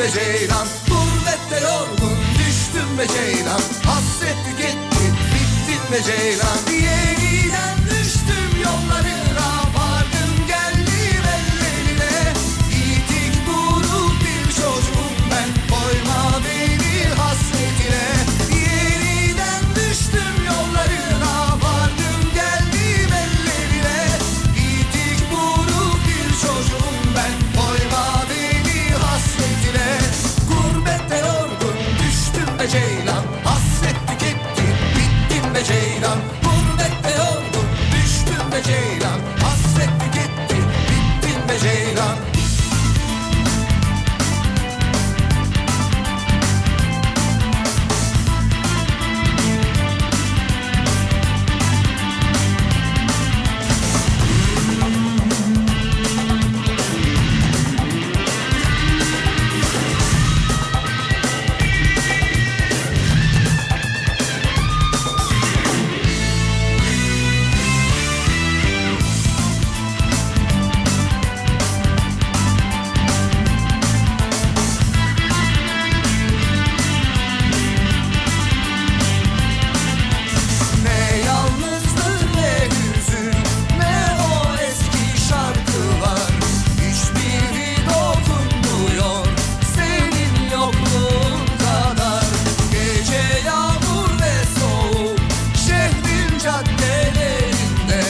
be ceylan. Gurbette yorgun düştüm be ceylan. Hasret tükettim bittim be ceylan. Yeniden düştüm yollarına, vardım geldim ellerine. Yitik buruk bir çocuğum ben, koyma beni hasretine. Yeniden düştüm yollarına, vardım geldim ellerine. Yitik buruk bir çocuğum ben, koyma beni hasretine. Gurbette yorgun düştüm be ceylan. Hasret tükettim bittim be ceylan. Gurbette yorgun düştüm be ceylan. Hasret tükettim bittim be ceylan. Ne yalnızlık ne hüzün, ne o eski şarkılar. Hiçbiri dokunmuyor senin yokluğun kadar. Gece yağmur ve soğuk şehrin caddelerinde.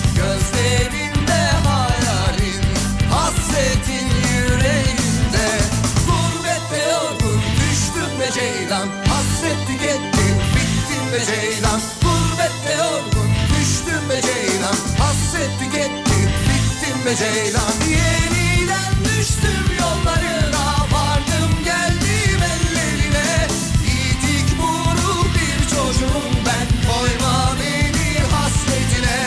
Gözlerinde hayalin, hasretin yüreğinde. Gurbette yorgun düştüm be ceylan. Hasret tükettim bittim be ceylan. Gurbette yorgun düştüm be ceylan. Hasret tükettim bittim be ceylan. Yeniden düştüm yollarına, vardım geldim ellerine. Yitik buruk bir çocuğum ben, koyma beni hasretine.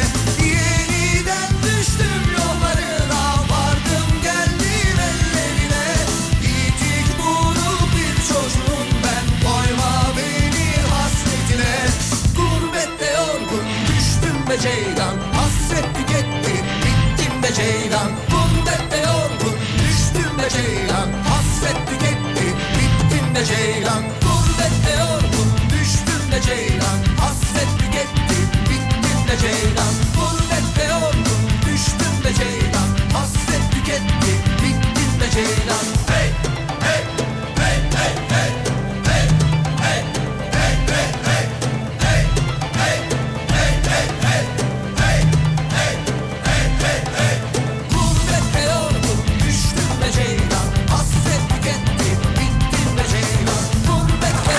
Yeniden düştüm yollarına, vardım geldim ellerine. Yitik buruk bir çocuğum ben, koyma beni hasretine. Gurbette yorgun düştüm be ceylan. Hasret tükettim bittim be ceylan. Gurbette yorgun düştüm be ceylan. Hasret tükettim bittim be ceylan. Gurbette yorgun düştüm be ceylan. Hasret tükettim bittim be ceylan. Gurbette yorgun düştüm be ceylan. Hasret tükettim bittim be ceylan. Hey hey hey hey hey. Hey hey hey hey hey. Hey hey hey hey hey. Hey hey hey hey hey. Gurbette yorgun düştüm be ceylan. Hasret tükettim bittim be ceylan. Gurbette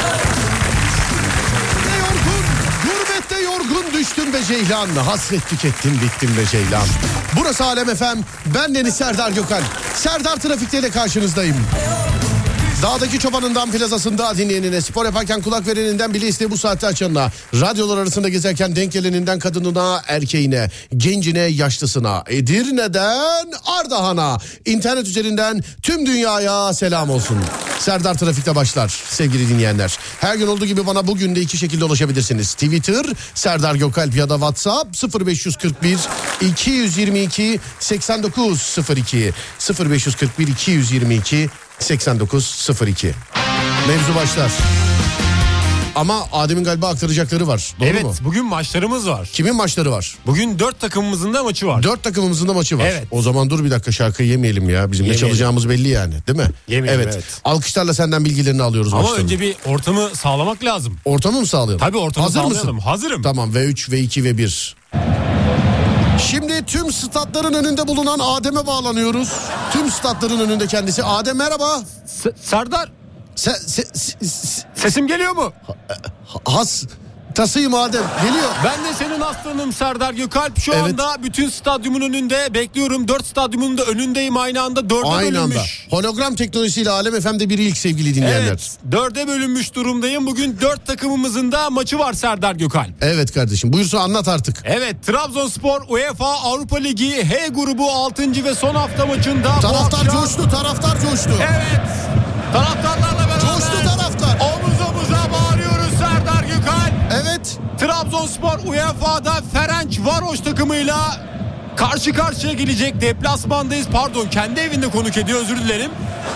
Gurbette yorgun düştüm be ceylan. Hasret tükettim bittim be ceylan. Burası Alem FM. Ben Deniz Serdar Gökalp. Serdar Trafik'te ile karşınızdayım. Dağdaki çobanından plazasında dinleyenine, spor yaparken kulak vereninden, bile isteye bu saatte açanına, radyolar arasında gezerken denk geleninden kadınına, erkeğine, gencine, yaşlısına, Edirne'den Ardahan'a, internet üzerinden tüm dünyaya selam olsun. Serdar Trafik'te başlar sevgili dinleyenler. Her gün olduğu gibi bana bugün de iki şekilde ulaşabilirsiniz. Twitter Serdar Gökalp ya da WhatsApp 0541 222 8902 0541 222 8902. Mevzu başlar. Ama Adem'in galiba aktaracakları var. Doğru evet, mu? Bugün maçlarımız var. Kimin maçları var? Bugün 4 takımımızın da maçı var. 4 takımımızın da maçı var. Evet. O zaman dur bir dakika, şarkıyı yemeyelim ya. Bizim Yemeyelim. ne çalacağımız belli yani, değil mi? Yemeyelim, evet. evet. Alkışlarla senden bilgilerini alıyoruz. Ama maçlarını. önce bir ortamı sağlamak lazım. Ortamı mı sağlayalım? Tabii ortamı Hazır sağlayalım. mısın? Hazırım. Tamam, V3, V2, V1. Şimdi tüm statların önünde bulunan Adem'e bağlanıyoruz. Tüm statların önünde kendisi. Adem merhaba. Serdar. Sesim geliyor mu? Tasıyım Adem, geliyor. Ben de senin aslanım Serdar Gökalp. Şu Evet. anda bütün stadyumun önünde bekliyorum. 4 stadyumun da önündeyim aynı anda. 4'e Aynı anda. bölünmüş. Hologram teknolojisiyle Alem FM'de bir ilk sevgili dinleyenler. Evet, 4'e bölünmüş durumdayım. Bugün 4 takımımızın da maçı var Serdar Gökalp. Evet kardeşim, buyursa anlat artık. Evet, Trabzonspor UEFA Avrupa Ligi H grubu 6. ve son hafta maçında Taraftar bu akşam... coştu, taraftar coştu. Evet, taraftarlarla beraber Coştu taraftar. omuz omuza bağırıyoruz Serdar Gökalp. Evet. Trabzonspor UEFA'da Ferencvaros takımıyla karşı karşıya gelecek. Deplasmandayız, pardon, kendi evinde konuk ediyor, özür dilerim.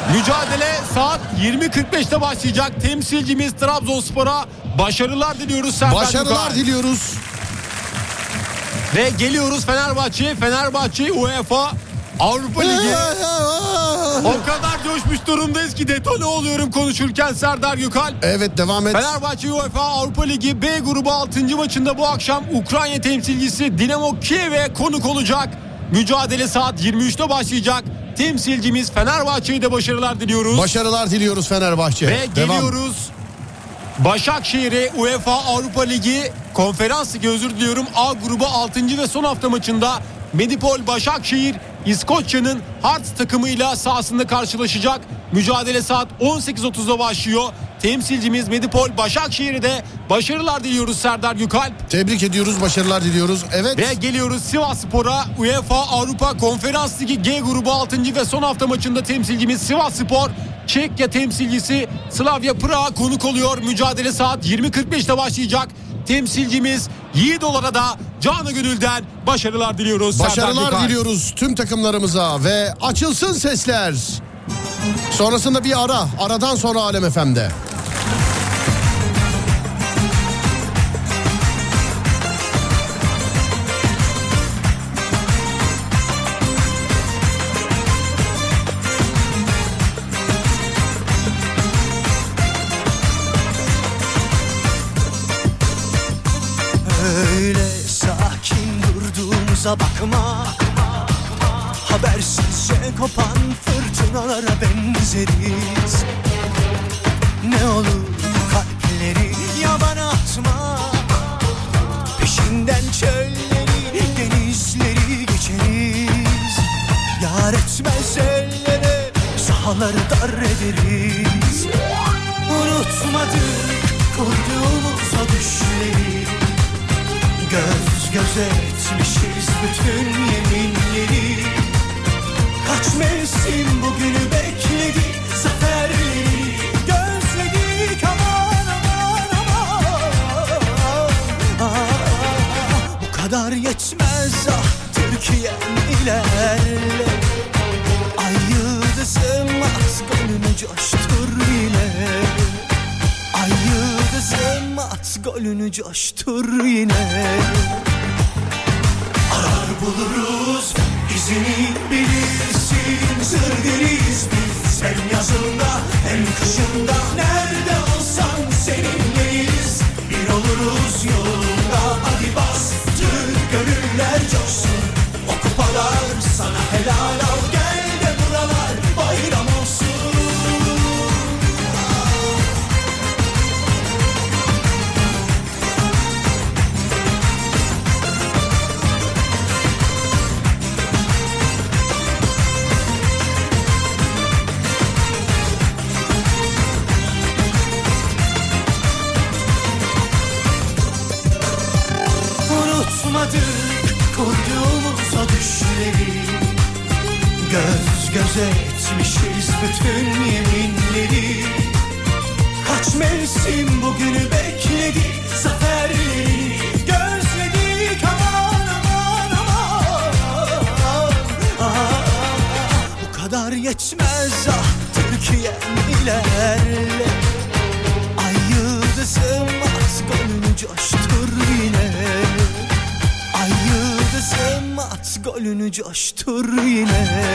Mücadele saat 20.45'te başlayacak. Temsilcimiz Trabzonspor'a başarılar diliyoruz Serdar Başarılar Gökay. diliyoruz. Ve geliyoruz Fenerbahçe'ye. Fenerbahçe UEFA Avrupa Ligi. O kadar coşmuş durumdayız ki detone oluyorum konuşurken Serdar Gökal. Evet, devam et. Fenerbahçe UEFA Avrupa Ligi B grubu 6. maçında bu akşam Ukrayna temsilcisi Dinamo Kiev'e konuk olacak. Mücadele saat 23'te başlayacak. Temsilcimiz Fenerbahçe'ye de başarılar diliyoruz. Başarılar diliyoruz Fenerbahçe. Ve geliyoruz Başakşehir'e UEFA Avrupa Ligi Konferans Ligi A grubu 6. ve son hafta maçında Medipol Başakşehir İskoçya'nın Hearts takımıyla sahasında karşılaşacak. Mücadele saat 18.30'da başlıyor. Temsilcimiz Medipol Başakşehir'e de başarılar diliyoruz Serdar Gökalp. Tebrik ediyoruz, başarılar diliyoruz. Evet. Ve geliyoruz Sivasspor'a. UEFA Avrupa Konferans Ligi G grubu 6. ve son hafta maçında temsilcimiz Sivasspor Çekya temsilcisi Slavia Prag'a konuk oluyor. Mücadele saat 20.45'te başlayacak. Temsilcimiz Yiğidolar'a da canı gönülden başarılar diliyoruz. Başarılar diliyoruz tüm takımlarımıza ve açılsın sesler. Sonrasında bir ara. Aradan sonra Alem FM'de. Öyle sakin durduğumuza bakma, habersizce kopan fırtınalara benzeriz. Ne olur kalpleri yabana atma, peşinden çölleri denizleri geçeriz. Yar etmez ellere sahaları dar ederiz. Unutmadık kurduğumuz o düşleri, göz göze etmişiz bütün yeminleri. Kaç mevsim bugünü bekledi, zaferleri gözledik aman aman aman. Bu kadar yetmez ah Türkiye'm ilerle. Ay yıldızım at golünü coştur yine. Ay yıldızım at golünü coştur yine. Arar buluruz izini bilirsin, sır deriz biz. Hem yazında hem kışında nerede olsan seninleyiz. Bir oluruz yolunda hadi bas, Türk gönüller coşsun. O kupalar sana helal al, gel de buralar bayram olsun. Unutmadık kurduğumuz o düşleri, göz göze etmişiz bütün yeminleri. Kaç mevsim bugünü bekledi, zaferleri gözledik aman aman aman. Bu kadar yetmez ah Türkiye'm ilerle. Ay yıldızım at golünü coştur yine. Ay yıldızım at golünü coştur yine.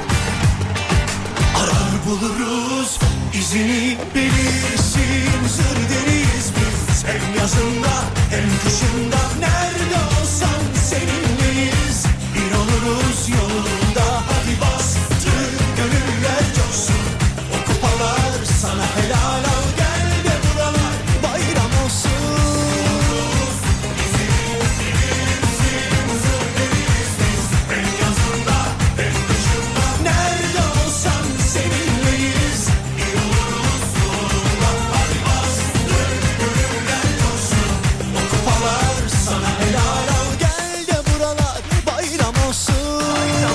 Arar buluruz izini bilirsin, zır deriz biz. Hem yazında hem kışında nerede olsan seninleyiz. Bir oluruz yolunda hadi bas, Türk gönüller coşsun. O kupalar sana helal al, gel de buralar bayram olsun. Sana helal al, gel de buralar bayram olsun.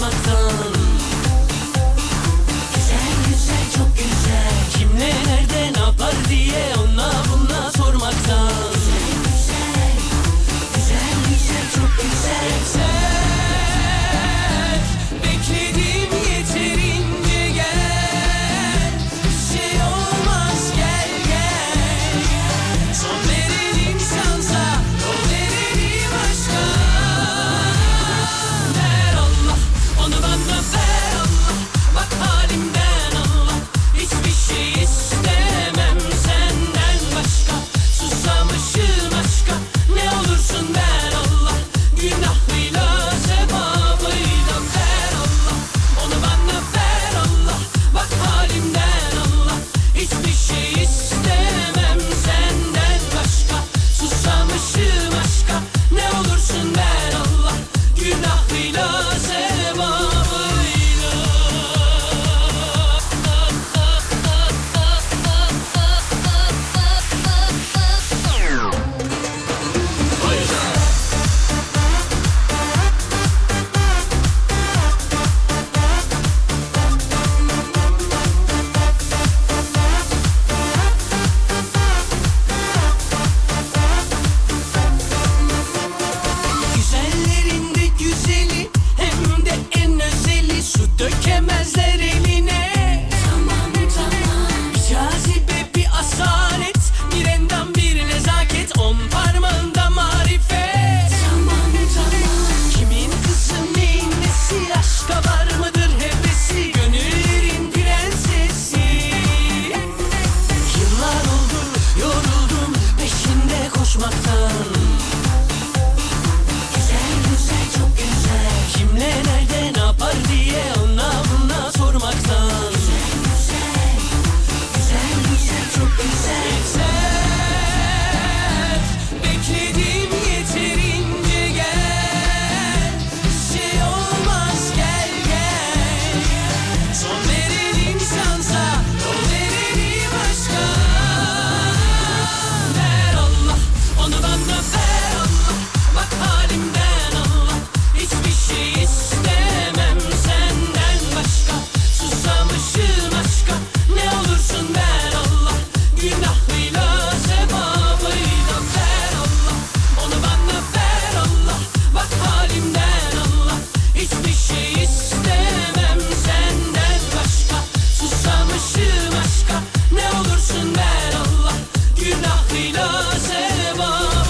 sormaktan. Güzel güzel çok güzel. Kimle nerede ne yapar diye ona buna sormaktan. Güzel güzel güzel çok güzel. Yeter bekledim yeterince gel. Bir şey olmaz gel gel. Son verelim şansa yol verelim aşka. Ver Allah onu bana ver Allah. Bak halimden Allah. Hiçbir şey istemem senden başka. Susamışım aşka. Ne olursun ver Allah. Günahıyla sevabıyla ver Allah. Onu bana ver Allah. Bak halimden Allah. Hiçbir şey istemem senden başka. Susamışım aşka. Ne olursun ver Allah. Günahıyla sevabıyla. Güzellerin de güzeli hem de en özeli. Su dökemezler eline. Tamam tamam. Bir cazibe bir asalet. Bir endam bir nezaket. 10 parmağında marifet. Tamam tamam. Kimin kızı neyin nesi. Aşka var mıdır hevesi. Gönüllerin prensesi. Yıllar oldu yoruldum peşinde koşmaktan. Güzel güzel çok güzel. Kimle nerede ne yapar diye ona buna sormaktan. Güzel güzel güzel çok güzel. Yeter bekledim yeterince gel. Bir şey olmaz gel gel. Son verelim şansa yol verelim aşka. Ver Allah onu bana ver Allah. Bak halimden Allah. Hiçbir şey istemem senden başka. Susamışım aşka. Ne olursun ver Allah. Günahıyla sevabıyla ver Allah. Onu bana ver Allah. Bak halimden Allah. Hiçbir şey istemem senden başka. Susamışım aşka. Ne olursun ver Allah. Günahıyla sevabıyla.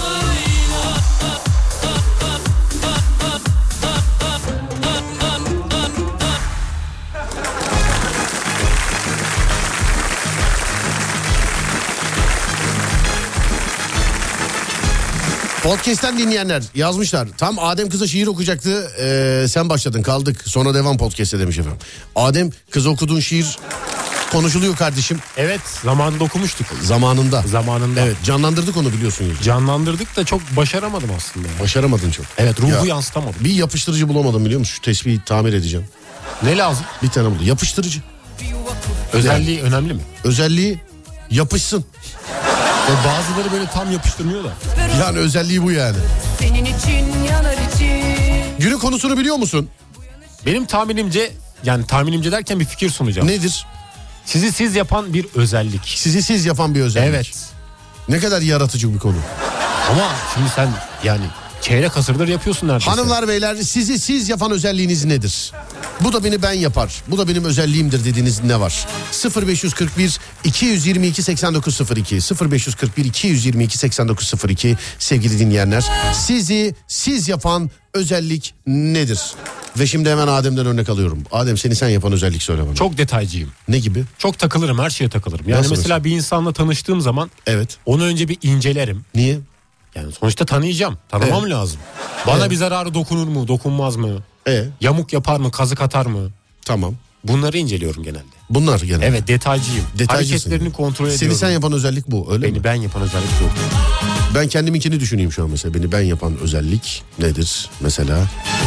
Podcast'ten dinleyenler yazmışlar. Tam Adem kıza şiir okuyacaktı. Sen başladın kaldık. Sonra devam podcast'e demiş efendim. Adem kıza okuduğun şiir konuşuluyor kardeşim. Evet, zamanında okumuştuk. Zamanında. Evet, Canlandırdık onu biliyorsun. canlandırdık da çok başaramadım aslında. Başaramadın çok. Evet, ruhu Ya, yansıtamadım. Bir yapıştırıcı bulamadım biliyor musun? Şu tespihi tamir edeceğim. Ne lazım? Bir tane buldu. Yapıştırıcı. Özelliği önemli mi? Özelliği yapışsın. Bazıları böyle tam yapıştırmıyor da. Yani özelliği bu yani. Senin için yanar için. Günün konusunu biliyor musun? Benim tahminimce, yani tahminimce derken bir fikir sunacağım. Nedir? Sizi siz yapan bir özellik. Sizi siz yapan bir özellik. Evet. Ne kadar yaratıcı bir konu. Ama şimdi sen yani çeyrek asırdır yapıyorsun neredeyse. Hanımlar beyler, sizi siz yapan özelliğiniz nedir? Bu da beni ben yapar. Bu da benim özelliğimdir dediğiniz ne var? 0541 222 8902 0541 222 8902 sevgili dinleyenler. Sizi siz yapan özellik nedir? Ve şimdi hemen Adem'den örnek alıyorum. Adem, seni sen yapan özellik söyle bana. Çok detaycıyım. Ne gibi? Çok takılırım, her şeye takılırım. Yani Nasıl mesela mesela? bir insanla tanıştığım zaman Evet. onu önce bir incelerim. Niye? Yani sonuçta tanıyacağım. Tanımam Evet. lazım. Bana Evet. bir zararı dokunur mu, dokunmaz mı? Yamuk yapar mı, kazık atar mı? Tamam. Bunları inceliyorum genelde. Bunlar genelde. Evet, detaycıyım. Detaylısın. Hareketlerini kontrol ediyorum. Seni sen yapan özellik bu, öyle mi? Beni ben yapan özellik bu. Ben kendiminkini düşüneyim şu an mesela. Beni ben yapan özellik nedir mesela?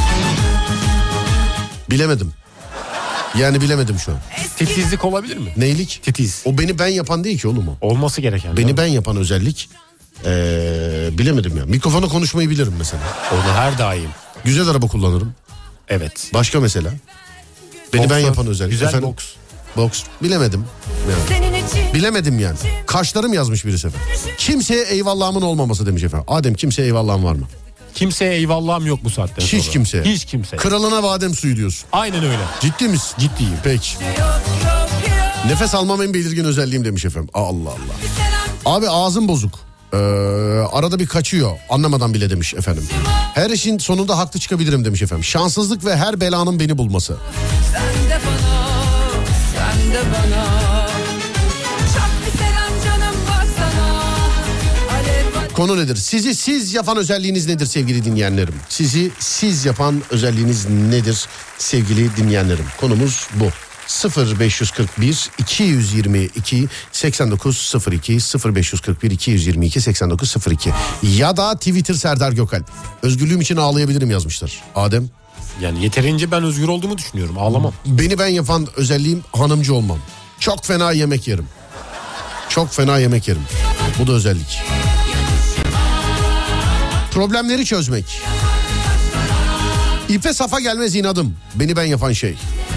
Bilemedim. Yani bilemedim şu an. Titizlik olabilir mi? Neylik? Titiz. O beni ben yapan değil ki oğlum o. Olması gereken. değil Beni mi? ben yapan özellik bilemedim ya. Mikrofona konuşmayı bilirim mesela. Onu her daim. Güzel araba kullanırım. Evet. Başka mesela? Beni ben Boksör, yapan özellik. Güzel Efendim? boks. Boks. Bilemedim. Yani. Senin için Bilemedim yani. Kaşlarım yazmış birisi efendim. Kimseye eyvallahımın olmaması demiş efendim. Adem kimseye eyvallahın var mı? Kimseye eyvallahım yok bu saatten sonra. Hiç kimseye. Hiç kimseye. Kralına badem suyu diyorsun. Aynen öyle. Ciddi misin? Ciddiyim. Peki. Nefes almam en belirgin özelliğim demiş efendim. Allah Allah. Abi ağzım bozuk. Arada bir kaçıyor. Anlamadan bile demiş efendim. Her işin sonunda haklı çıkabilirim demiş efendim. Şanssızlık ve her belanın beni bulması. sen de bana çok bir selam canım baksana. Alev var. Konu nedir? Sizi siz yapan özelliğiniz nedir sevgili dinleyenlerim? Sizi siz yapan özelliğiniz nedir sevgili dinleyenlerim? Konumuz bu. 0541 222 8902 0541 222 8902 ya da Twitter Serdar Gökalp. Özgürlüğüm için ağlayabilirim yazmışlar. Adem? Yani yeterince ben özgür olduğumu düşünüyorum. Ağlamam. Beni ben yapan özelliğim hanımcı olmam. Çok fena yemek yerim. Çok fena yemek yerim. Bu da özellik. Problemleri çözmek. İpe safa gelmez inadım. Beni ben yapan şey.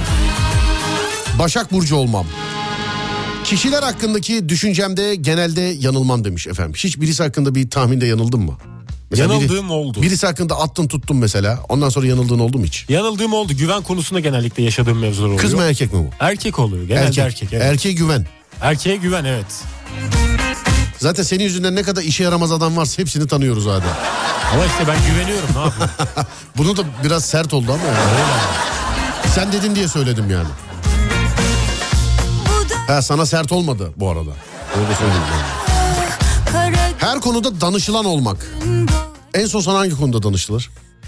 Başak Burcu olmam. Kişiler hakkındaki düşüncemde genelde yanılmam demiş efendim. Hiç birisi hakkında bir tahminde yanıldın mı? Mesela Yanıldığım oldu. Birisi hakkında attın tuttun mesela. Ondan sonra yanıldığın oldu mu hiç? Yanıldığım oldu. Güven konusunda genellikle yaşadığım mevzular oluyor. Kız mı erkek mi bu? Erkek oluyor. Genelde erkek. Evet. Erkeğe güven. Erkeğe güven, evet. Zaten senin yüzünden ne kadar işe yaramaz adam varsa hepsini tanıyoruz abi. Ama işte ben güveniyorum, ne yapayım? Bunu da biraz sert oldu ama yani. Sen dedin diye söyledim yani. Ha, sana sert olmadı bu arada. Öyle de söyleyeyim yani. Her konuda danışılan olmak. En son sana hangi konuda danıştılar?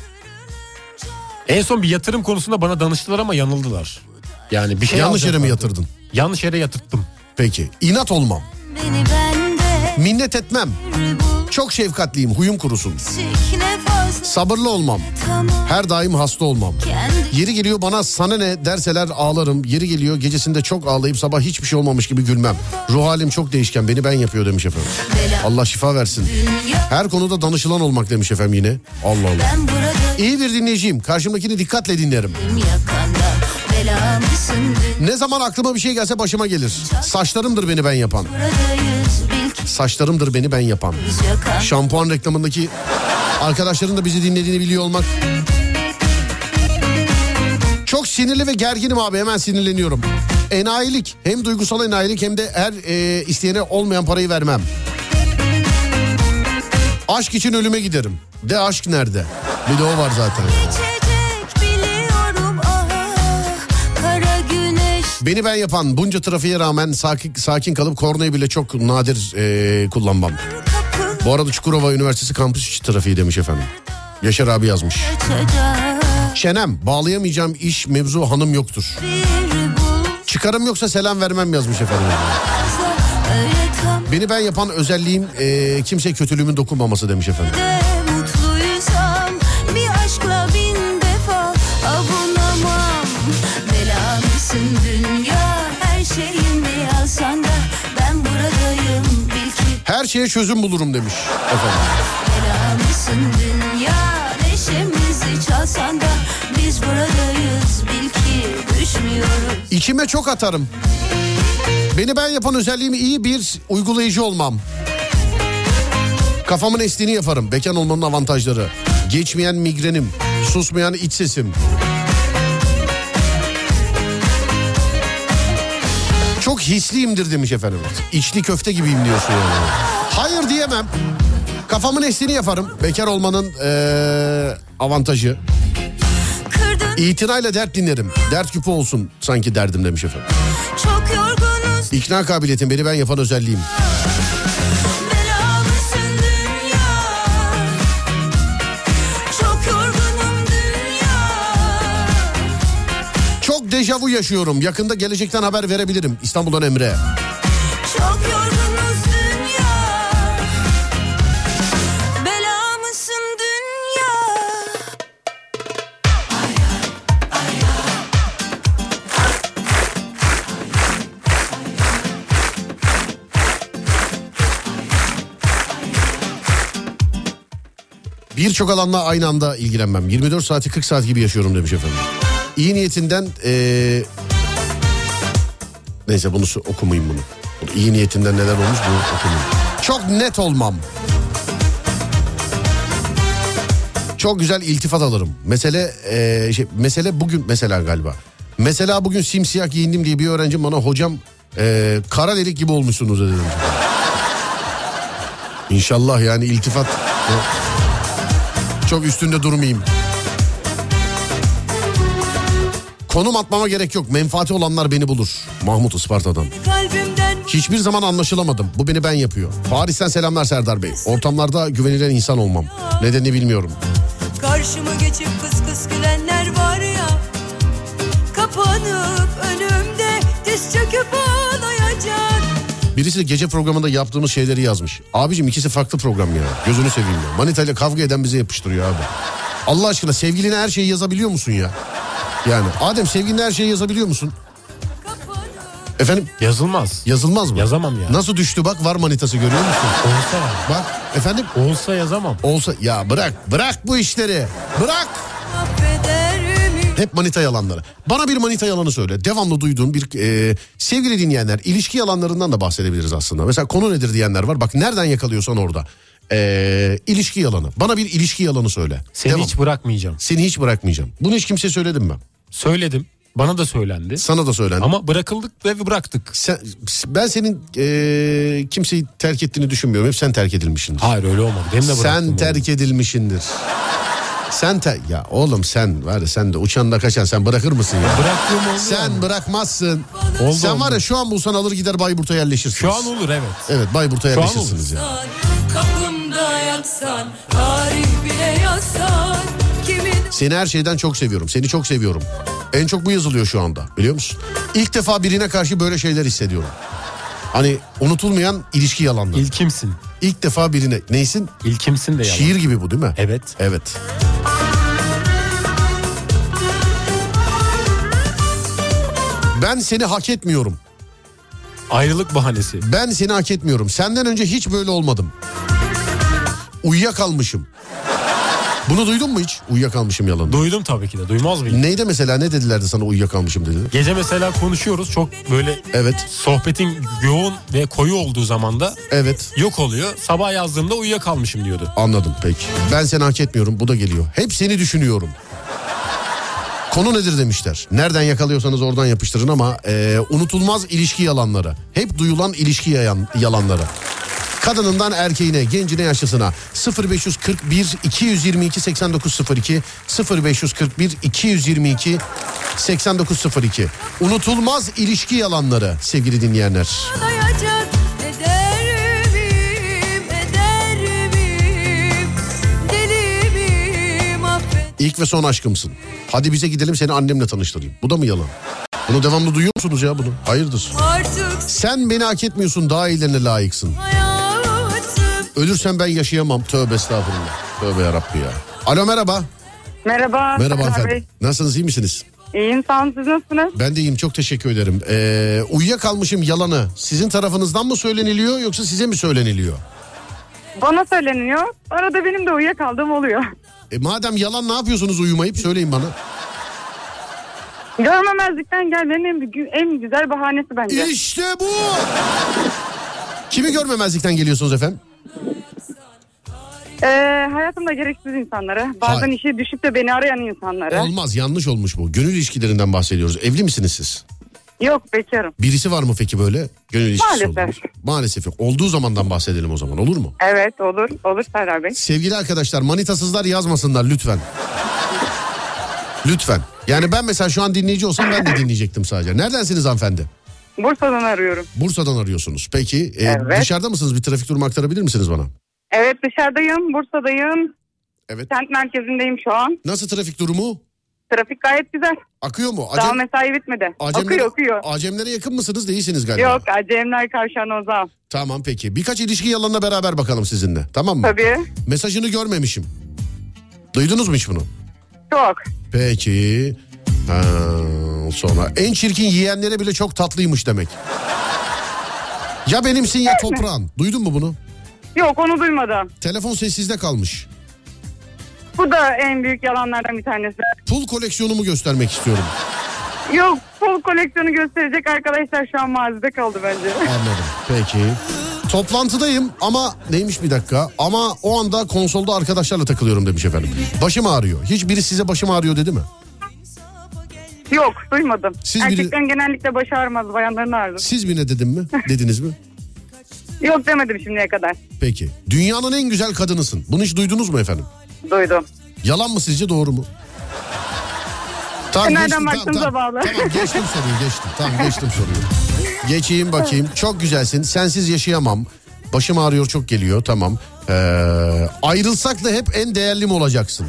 En son bir yatırım konusunda bana danıştılar ama yanıldılar. Yani bir şey Yanlış yere mi alacaklardı. yatırdın? Yanlış yere yatırttım. Peki. İnat olmam. Minnet etmem. Çok şefkatliyim, huyum kurusun. Sabırlı olmam. Her daim hasta olmam. Yeri geliyor bana sana ne derseler ağlarım. Yeri geliyor gecesinde çok ağlayıp sabah hiçbir şey olmamış gibi gülmem. Ruh halim çok değişken, beni ben yapıyor demiş efendim. Allah şifa versin. Her konuda danışılan olmak demiş efendim yine. Allah Allah. İyi bir dinleyiciyim. Karşımdakini dikkatle dinlerim. Ne zaman aklıma bir şey gelse başıma gelir. Saçlarımdır beni ben yapan. Saçlarımdır beni ben yapan. Şampuan reklamındaki arkadaşların da bizi dinlediğini biliyor olmak. Çok sinirli ve gerginim abi, hemen sinirleniyorum. Enayilik, hem duygusal enayilik hem de her isteyene olmayan parayı vermem. Aşk için ölüme giderim. De aşk nerede? Bir de o var zaten. Beni ben yapan, bunca trafiğe rağmen sakin kalıp kornayı bile çok nadir kullanmam. Bu arada Çukurova Üniversitesi kampüs içi trafiği demiş efendim. Yaşar abi yazmış. Çenem, bağlayamayacağım iş mevzu hanım yoktur. Çıkarım yoksa selam vermem yazmış efendim. Beni ben yapan özelliğim kimse kötülüğümün dokunmaması demiş efendim. Mutluysam bir aşkla bin defa avunamam. Belamısın dünya, her şeyimi alsan da ben buradayım bil ki. Her şeye çözüm bulurum demiş efendim. Belamısın dünya, neşemizi çalsan da biz buradayız bil ki düşmüyoruz. İçime çok atarım. Beni ben yapan özelliğim iyi bir uygulayıcı olmam. Kafamın estiğini yaparım. Bekar olmanın avantajları. Geçmeyen migrenim. Susmayan iç sesim. Çok hisliyimdir demiş efendim. İçli köfte gibiyim diyorsun yani. Hayır diyemem. Kafamın estiğini yaparım. Bekar olmanın avantajı. İtinayla dert dinlerim. Dert küpü olsun sanki derdim demiş efendim. Çok yorgunuz. İkna kabiliyetim beni ben yapan özelliğim. Belamısın dünya. Çok yorgunum dünya. Çok dejavu yaşıyorum. Yakında gelecekten haber verebilirim. İstanbul'dan Emre. Çok yorgunuz dünya. Belamısın dünya. Birçok alanla aynı anda ilgilenmem. 24 saati 40 saat gibi yaşıyorum demiş efendim. İyi niyetinden neyse bunu okumayayım bunu. İyi niyetinden neler olmuş bunu okumayayım. Çok net olmam. Çok güzel iltifat alırım. Mesele bugün mesela galiba. Mesela bugün simsiyah giyindim diye bir öğrencim bana hocam kara delik gibi olmuşsunuz dedi. İnşallah yani iltifat. Çok üstünde durmayayım. Konum atmama gerek yok. Menfaati olanlar beni bulur. Mahmut Isparta'dan. Hiçbir zaman anlaşılamadım. Bu beni ben yapıyor. Paris'ten selamlar Serdar Bey. Ortamlarda güvenilen insan olmam. Nedenini bilmiyorum. Karşıma geçip kıs kıs gülenler var ya, kapanıp önümde diz çöküp ağlayacak. Birisi de gece programında yaptığımız şeyleri yazmış. Abicim ikisi farklı program ya. Gözünü seveyim ya. Manita ile kavga eden bize yapıştırıyor abi. Allah aşkına sevgiline her şeyi yazabiliyor musun ya? Yani Adem sevgiline her şeyi yazabiliyor musun? Efendim? Yazılmaz. Yazılmaz mı? Yazamam ya. Nasıl düştü bak, var manitası görüyor musun? Olsa. Bak efendim? Olsa yazamam. Olsa ya bırak bu işleri. Bırak. Hep manita yalanları. Bana bir manita yalanı söyle. Devamlı duyduğun bir sevgili dinleyenler, ilişki yalanlarından da bahsedebiliriz aslında. Mesela konu nedir diyenler var. Bak nereden yakalıyorsan orada. İlişki yalanı. Bana bir ilişki yalanı söyle. Seni hiç bırakmayacağım. Seni hiç bırakmayacağım. Bunu hiç kimseye söyledim mi? Söyledim. Bana da söylendi. Sana da söylendi. Ama bırakıldık ve bıraktık. Ben senin kimseyi terk ettiğini düşünmüyorum. Hep sen terk edilmişsindir. Hayır öyle olmadı. Benim de bıraktım. Sen terk edilmişsindir. Ya oğlum sen var ya, sen de uçanda kaçan, sen bırakır mısın ya? Bıraktığım oldu. Sen yani. Bırakmazsın. Oldu, sen var ya oldu. şu an bulsan alır gider Bayburt'a yerleşirsiniz. Şu an olur evet. Evet Bayburt'a Şu an yerleşirsiniz ya. Kapımda yatsan, tarih bile yazsan, kimin... Seni her şeyden çok seviyorum. Seni çok seviyorum. En çok bu yazılıyor şu anda, biliyor musun? İlk defa birine karşı böyle şeyler hissediyorum. Hani unutulmayan ilişki yalanları. İlkimsin. İlk defa birine. Neysin? İlkimsin de yalan. Şiir gibi bu değil mi? Evet. Evet. Ben seni hak etmiyorum. Ayrılık bahanesi. Ben seni hak etmiyorum. Senden önce hiç böyle olmadım. Uyuyakalmışım. Bunu duydun mu hiç? Uyuyakalmışım yalanı. Duydum tabii ki de. Duymaz mıyım? Neydi mesela, ne dedilerdi sana uyuyakalmışım dedi? Gece mesela konuşuyoruz. Çok böyle Evet. sohbetin yoğun ve koyu olduğu zaman da Evet. yok oluyor. Sabah yazdığımda uyuyakalmışım diyordu. Anladım peki. Ben seni hak etmiyorum, bu da geliyor. Hep seni düşünüyorum. Konu nedir demişler. Nereden yakalıyorsanız oradan yapıştırın ama unutulmaz ilişki yalanları. Hep duyulan ilişki yalanları. Kadınından erkeğine, gencine, yaşlısına. 0541 222 8902 0541 222 8902. Unutulmaz ilişki yalanları sevgili dinleyenler. Ağlayacak, eder miyim, deli miyim, affet. İlk ve son aşkımsın. Hadi bize gidelim, seni annemle tanıştırayım. Bu da mı yalan? Bunu devamlı duyuyor musunuz ya bunu? Hayırdır? Artık Sen beni hak etmiyorsun, daha iyilerine layıksın. hayatım. Ölürsem ben yaşayamam. Tövbe estağfurullah. Tövbe yarabbi ya. Alo merhaba. Merhaba. Merhaba Serdar efendim. Bey. Nasılsınız, iyi misiniz? İyiyim, sağ olun, siz nasılsınız? Ben de iyiyim, çok teşekkür ederim. Uyuyakalmışım yalanı sizin tarafınızdan mı söyleniliyor yoksa size mi söyleniliyor? Bana söyleniyor. Arada benim de uyuyakaldığım oluyor. Madem yalan, ne yapıyorsunuz uyumayıp, söyleyin bana. Görmemezlikten gelmenin en güzel bahanesi bence. İşte bu. Kimi görmemezlikten geliyorsunuz efendim? Hayatımda gereksiz insanları. Bazen Hayır. işe düşüp de beni arayan insanları. Olmaz, yanlış olmuş bu. Gönül ilişkilerinden bahsediyoruz. Evli misiniz siz? Yok, bekarım. Birisi var mı peki böyle? Gönül ilişkisi Maalesef. olduğunuz? Maalesef yok. Olduğu zamandan bahsedelim o zaman, olur mu? Evet, olur. Olur Serdar Bey. Sevgili arkadaşlar, manitasızlar yazmasınlar lütfen. Lütfen. Yani ben mesela şu an dinleyici olsam ben de dinleyecektim sadece. Neredensiniz hanımefendi? Bursa'dan arıyorum. Bursa'dan arıyorsunuz. Peki Evet. dışarıda mısınız? Bir trafik durumu aktarabilir misiniz bana? Evet, dışarıdayım. Bursa'dayım. Evet. Kent merkezindeyim şu an. Nasıl trafik durumu? Trafik gayet güzel. Akıyor mu? Daha mesai bitmedi. Akıyor. Acemlere yakın mısınız? Değilsiniz galiba. Yok, Acemler Kavşağı'na uzağım. Tamam peki. Birkaç ilişki yalanına beraber bakalım sizinle. Tamam mı? Tabii. Mesajını görmemişim. Duydunuz mu hiç bunu? Çok. Peki. Sonra en çirkin yiyenlere bile çok tatlıymış demek. Ya benimsin ya toprağın. Duydun mu bunu? Yok, onu duymadım. Telefon sessizde kalmış. Bu da en büyük yalanlardan bir tanesi. Pul koleksiyonumu göstermek istiyorum. Yok, pul koleksiyonu gösterecek arkadaşlar şu an mazide kaldı bence. Anladım. Peki. Toplantıdayım ama neymiş bir dakika. Ama o anda konsolda arkadaşlarla takılıyorum demiş efendim. Başım ağrıyor. Hiçbiri size başım ağrıyor dedi mi? Yok, duymadım. Siz Erkeklerin genellikle başı ağrımaz, bayanların ağrır. Siz bir ne dedim mi? Dediniz mi? Yok demedim şimdiye kadar. Peki. Dünyanın en güzel kadınısın. Bunu hiç duydunuz mu efendim? Duydum. Yalan mı sizce, doğru mu? Tamam, nereden baktığınıza bağlı. Tamam, geçtim soruyu. Tamam, geçtim soruyu. Geçeyim bakayım. Çok güzelsin. Sensiz yaşayamam. Başım ağrıyor, çok geliyor. Tamam. Ayrılsak da hep en değerli mi olacaksın?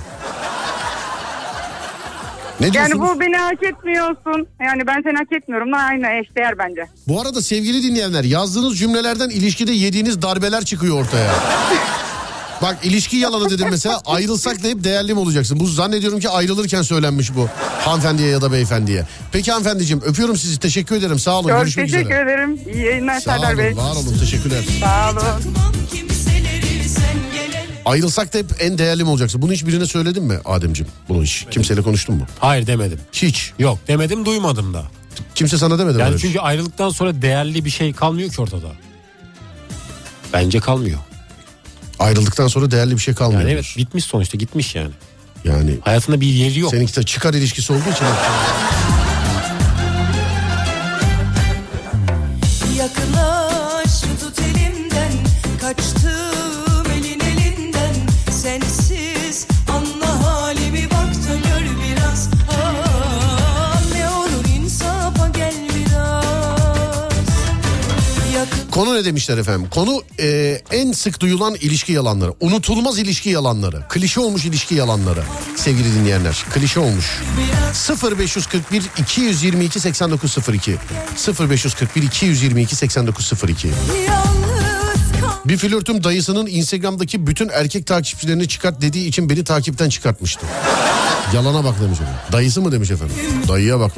Ne diyorsunuz? Yani bu beni hak etmiyorsun. Yani ben seni hak etmiyorum. Aynı eşdeğer bence. Bu arada sevgili dinleyenler, yazdığınız cümlelerden ilişkide yediğiniz darbeler çıkıyor ortaya. Bak, ilişki yalanı dedim mesela, ayrılsak da hep değerli mi olacaksın? Bu zannediyorum ki ayrılırken söylenmiş bu hanımefendiye ya da beyefendiye. Peki hanımefendiciğim, öpüyorum sizi, teşekkür ederim, sağ olun. Çok Görüşmek üzere. teşekkür ederim. İyi yayınlar Sağ Serdar Bey. olun, var olun, teşekkürler. Sağ olun. Ayrılsak da hep en değerli mi olacaksın? Bunu hiç birine söyledin mi Ademciğim? Bunu hiç kimseyle konuştun mu? Hayır, demedim. Hiç. Yok, demedim, duymadım da. Kimse sana demedi mi? Yani öyle? çünkü ayrılıktan sonra değerli bir şey kalmıyor ki ortada. Bence kalmıyor. Ayrıldıktan sonra değerli bir şey kalmıyor. Yani evet, bitmiş sonuçta, gitmiş yani. Yani hayatında bir yeri yok. seninki de çıkar ilişkisi olduğu için. Yaklaş, tut elimden, kaçtım elin elinden. Sensiz anla halimi, bak da gör biraz. Ne olur insafa gel biraz. Konu ne demişler efendim? Konu en sık duyulan ilişki yalanları. Unutulmaz ilişki yalanları. Klişe olmuş ilişki yalanları. Sevgili dinleyenler, klişe olmuş. 0541 222 8902 0541 222 8902. Bir flörtüm dayısının Instagram'daki bütün erkek takipçilerini çıkart dediği için beni takipten çıkartmıştı. Yalana bak demiş efendim. Dayısı mı demiş efendim? Dayıya bak be.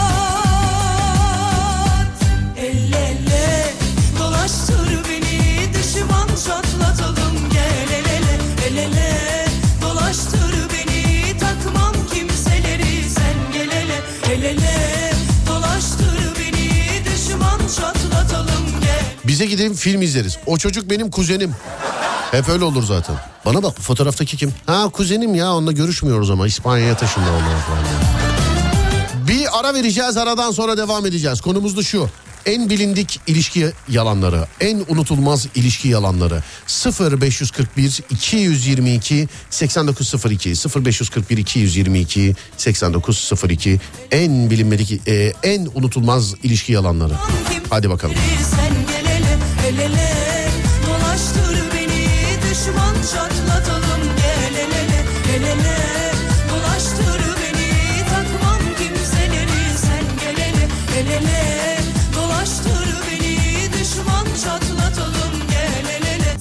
Çatlatalım gel el ele, el ele. Dolaştır beni, takmam kimseleri, sen gel ele, el ele. Dolaştır beni, düşman çatlatalım gel. Bize gidelim, film izleriz. O çocuk benim kuzenim. Hep öyle olur zaten. Bana bak, fotoğraftaki kim? Ha, kuzenim ya, onunla görüşmüyoruz ama İspanya'ya taşındı onlar falan. Bir ara vereceğiz, aradan sonra devam edeceğiz. Konumuz da şu: en bilindik ilişki yalanları, en unutulmaz ilişki yalanları. 0541 222 8902 0541 222 8902 en bilinmedik, en unutulmaz ilişki yalanları. Hadi bakalım. Sen gel ele, el ele. Dolaştır beni, düşman çatlatalım gel el ele, el ele. Dolaştır beni, takmam kimseleri, sen gel ele, el ele. Dolaştır beni, düşman çatlatalım gel el ele.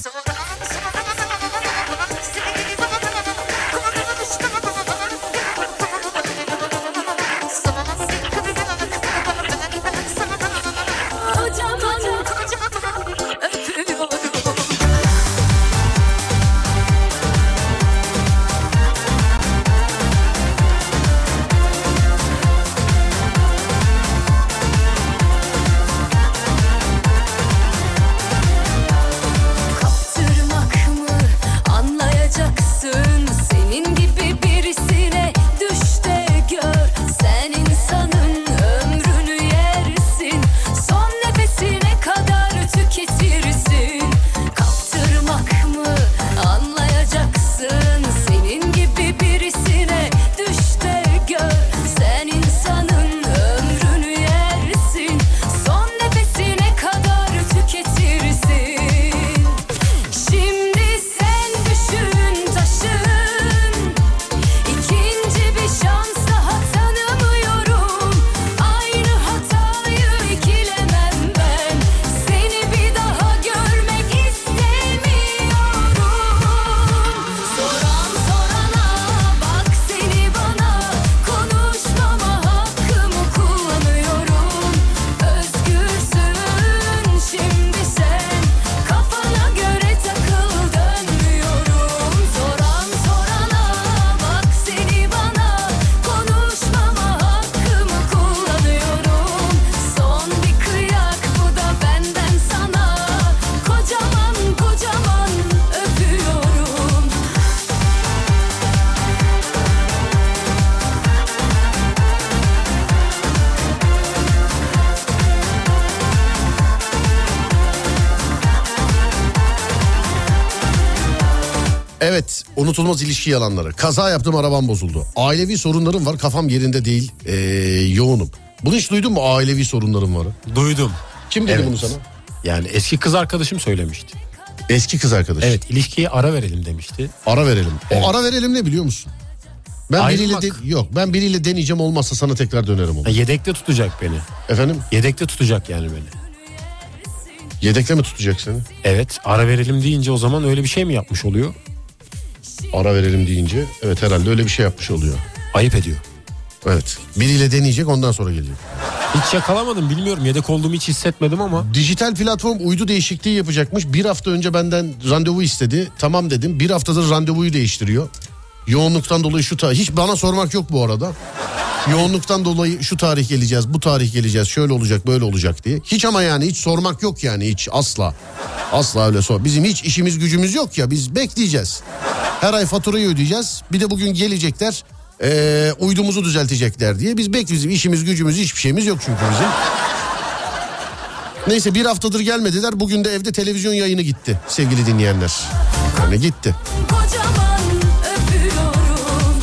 Evet, unutulmaz ilişki yalanları. Kaza yaptım, arabam bozuldu. Ailevi sorunlarım var, kafam yerinde değil, yoğunum. Bunu hiç duydun mu, ailevi sorunlarım var? Duydum. Kim dedi Evet. bunu sana? Yani eski kız arkadaşım söylemişti. Eski kız arkadaş. Evet, ilişkiye ara verelim demişti. Ara verelim. Evet. O ara verelim ne biliyor musun? Ben Ayrılmak. ben biriyle deneyeceğim, olmazsa sana tekrar dönerim onu. Ha, yedekte tutacak beni. Efendim? Yedekte tutacak yani beni. Yedekle mi tutacak seni? Evet, ara verelim deyince o zaman öyle bir şey mi yapmış oluyor? Ara verelim deyince evet, herhalde öyle bir şey yapmış oluyor. Ayıp ediyor. Evet. Biriyle deneyecek, ondan sonra gelecek. Hiç yakalamadım, bilmiyorum, yedek olduğumu hiç hissetmedim ama. Dijital platform uydu değişikliği yapacakmış. Bir hafta önce benden randevu istedi. Tamam dedim. Bir haftadır randevuyu değiştiriyor. Yoğunluktan dolayı şu tarih. Hiç bana sormak yok bu arada. Yoğunluktan dolayı şu tarih geleceğiz, bu tarih geleceğiz, şöyle olacak, böyle olacak diye. Hiç ama yani hiç sormak yok yani, hiç asla. Asla öyle sor. Bizim hiç işimiz gücümüz yok ya, biz bekleyeceğiz. Her ay faturayı ödeyeceğiz. Bir de bugün gelecekler, uydumuzu düzeltecekler diye. Biz bekliyoruz. Bizim işimiz gücümüz, hiçbir şeyimiz yok çünkü bizim. Neyse, bir haftadır gelmediler. Bugün de evde televizyon yayını gitti sevgili dinleyenler. Yani gitti. Kocaman öpüyorum.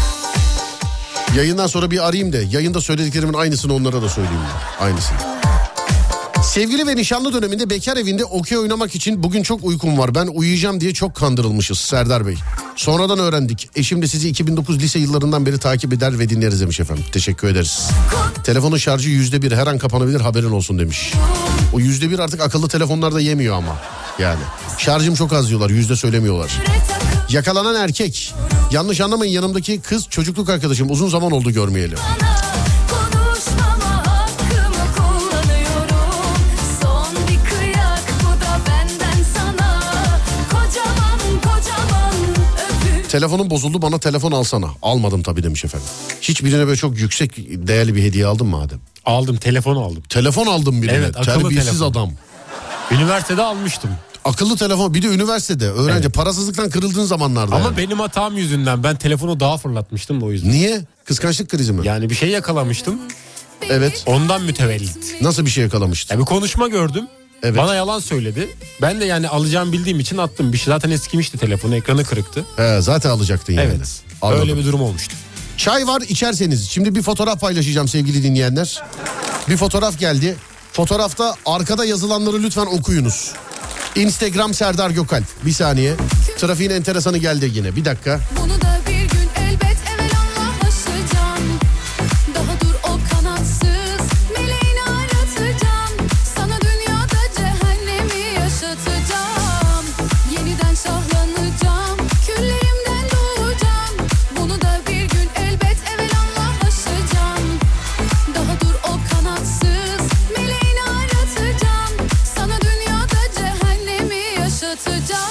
Yayından sonra bir arayayım da yayında söylediklerimin aynısını onlara da söyleyeyim. Aynısını. Sevgili ve nişanlı döneminde bekar evinde okey oynamak için bugün çok uykum var, ben uyuyacağım diye çok kandırılmışız Serdar Bey. Sonradan öğrendik. Eşim de sizi 2009 lise yıllarından beri takip eder ve dinleriz demiş efendim. Teşekkür ederiz. Telefonun şarjı %1, her an kapanabilir, haberin olsun demiş. O %1 artık akıllı telefonlarda yemiyor ama. Yani şarjım çok az diyorlar, yüzde söylemiyorlar. Yakalanan erkek. Yanlış anlamayın, yanımdaki kız çocukluk arkadaşım, uzun zaman oldu görmeyeli. Konuşmama hakkımı kullanıyorum. Son bir kıyak, bu da benden sana. Kocaman öpüyorum. Telefonum bozuldu, bana telefon alsana. Almadım tabii demiş efendim. Hiç birine böyle çok yüksek değerli bir hediye aldın mı Adem? Aldım, telefon aldım. Telefon aldım birine. Evet, akıllı Terbiyesiz telefon. adam. Üniversitede almıştım. Akıllı telefon, bir de üniversitede öğrenci, Evet. parasızlıktan kırıldığın zamanlarda. Ama yani. benim hatam yüzünden ben telefonu daha fırlatmıştım da o yüzden. Niye? Kıskançlık krizi mi? Yani bir şey yakalamıştım. Evet. Ondan mütevellit. Nasıl bir şey yakalamıştın? Ya bir konuşma gördüm. Evet. Bana yalan söyledi. Ben de yani alacağımı bildiğim için attım. Bir şey zaten eskimişti telefonu, ekranı kırıktı. He, zaten alacaktın yani. Evet. Anladım. Öyle bir durum olmuştu. Çay var, içerseniz. Şimdi bir fotoğraf paylaşacağım sevgili dinleyenler. Bir fotoğraf geldi. Fotoğrafta arkada yazılanları lütfen okuyunuz. Instagram Serdar Gökalp. Bir saniye. Trafiğin enteresanı geldi yine. Bir dakika. Bunu da bir gün elbet evvelallah aşacağım. Daha dur o kanatsız meleğini aratacağım. Sana dünyada cehennemi yaşatacağım. Yeniden şahlanacağım, küllerimden doğacağım. Bunu da bir gün elbet evvelallah aşacağım. Daha dur o kanatsız meleğini aratacağım. Sana dünyada cehennemi yaşatacağım.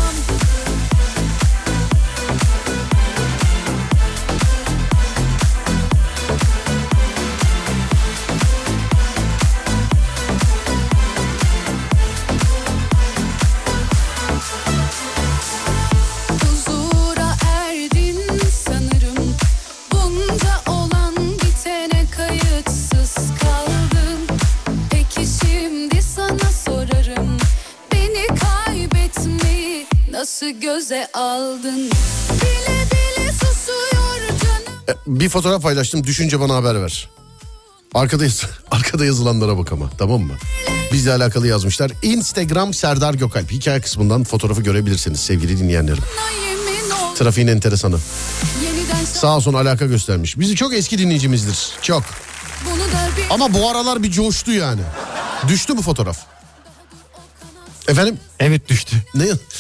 Huzura erdin sanırım. Bunca olan bitene kayıtsız kaldım. Peki şimdi sana sorarım. Beni kaybetmeyi nasıl göze aldın? Bile bile susuyor canım. Bir fotoğraf paylaştım. Düşünce bana haber ver. Arkada yazılanlara bak ama, tamam mı? Bizle alakalı yazmışlar. Instagram Serdar Gökalp. Hikaye kısmından fotoğrafı görebilirsiniz sevgili dinleyenlerim. Yemin ol Trafiğin enteresanı. yeniden Sağ olsun alaka göstermiş. Bizi çok eski dinleyicimizdir. Çok. bunu da bir Ama bu aralar bir coştu yani. Düştü mü fotoğraf? Efendim? Evet, düştü. Ne?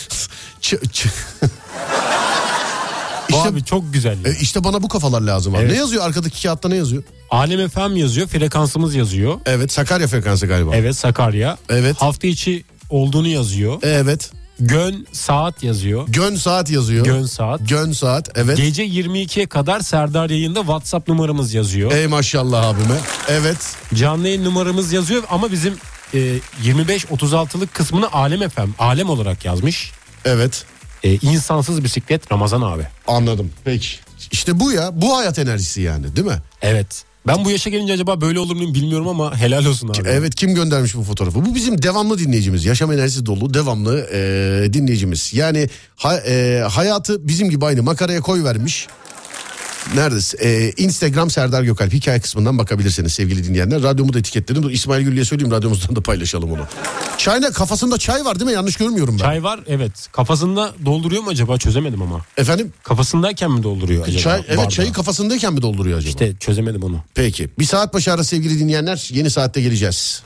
Bu İşte, abi çok güzel. işte bana bu kafalar lazım abi. Evet. Ne yazıyor arkadaki kağıtta, ne yazıyor? Alem FM yazıyor, frekansımız yazıyor. Evet, Sakarya frekansı galiba. Evet, Sakarya. Evet. Hafta içi olduğunu yazıyor. Evet. Gön saat yazıyor. Gön saat yazıyor. Gön saat. Gön saat, evet. Gece 22'ye kadar Serdar yayında WhatsApp numaramız yazıyor. Ey maşallah abime. Evet. Canlı yayın numaramız yazıyor ama bizim 25-36'lık kısmını Alem FM, Alem olarak yazmış. Evet. İnsansız bisiklet Ramazan abi. Anladım. Peki. İşte bu ya. Bu hayat enerjisi yani, değil mi? Evet. Ben bu yaşa gelince acaba böyle olur muyum bilmiyorum ama helal olsun abi. Evet, kim göndermiş bu fotoğrafı? Bu bizim devamlı dinleyicimiz. Yaşam enerjisi dolu devamlı dinleyicimiz. Yani hayatı bizim gibi aynı makaraya koy vermiş. Neredesin? Instagram Serdar Gökalp hikaye kısmından bakabilirsiniz sevgili dinleyenler. Radyomu da etiketledim. Dur, İsmail Güllü'ye söyleyeyim, radyomuzdan da paylaşalım onu. Çayla kafasında çay var değil mi? Yanlış görmüyorum ben. Çay var, evet. Kafasında dolduruyor mu acaba, çözemedim ama. Efendim? Kafasındayken mi dolduruyor acaba? Çay, evet, bardağı? çayı kafasındayken mi dolduruyor acaba? İşte çözemedim onu. Peki. Bir saat başı arası sevgili dinleyenler. Yeni saatte geleceğiz.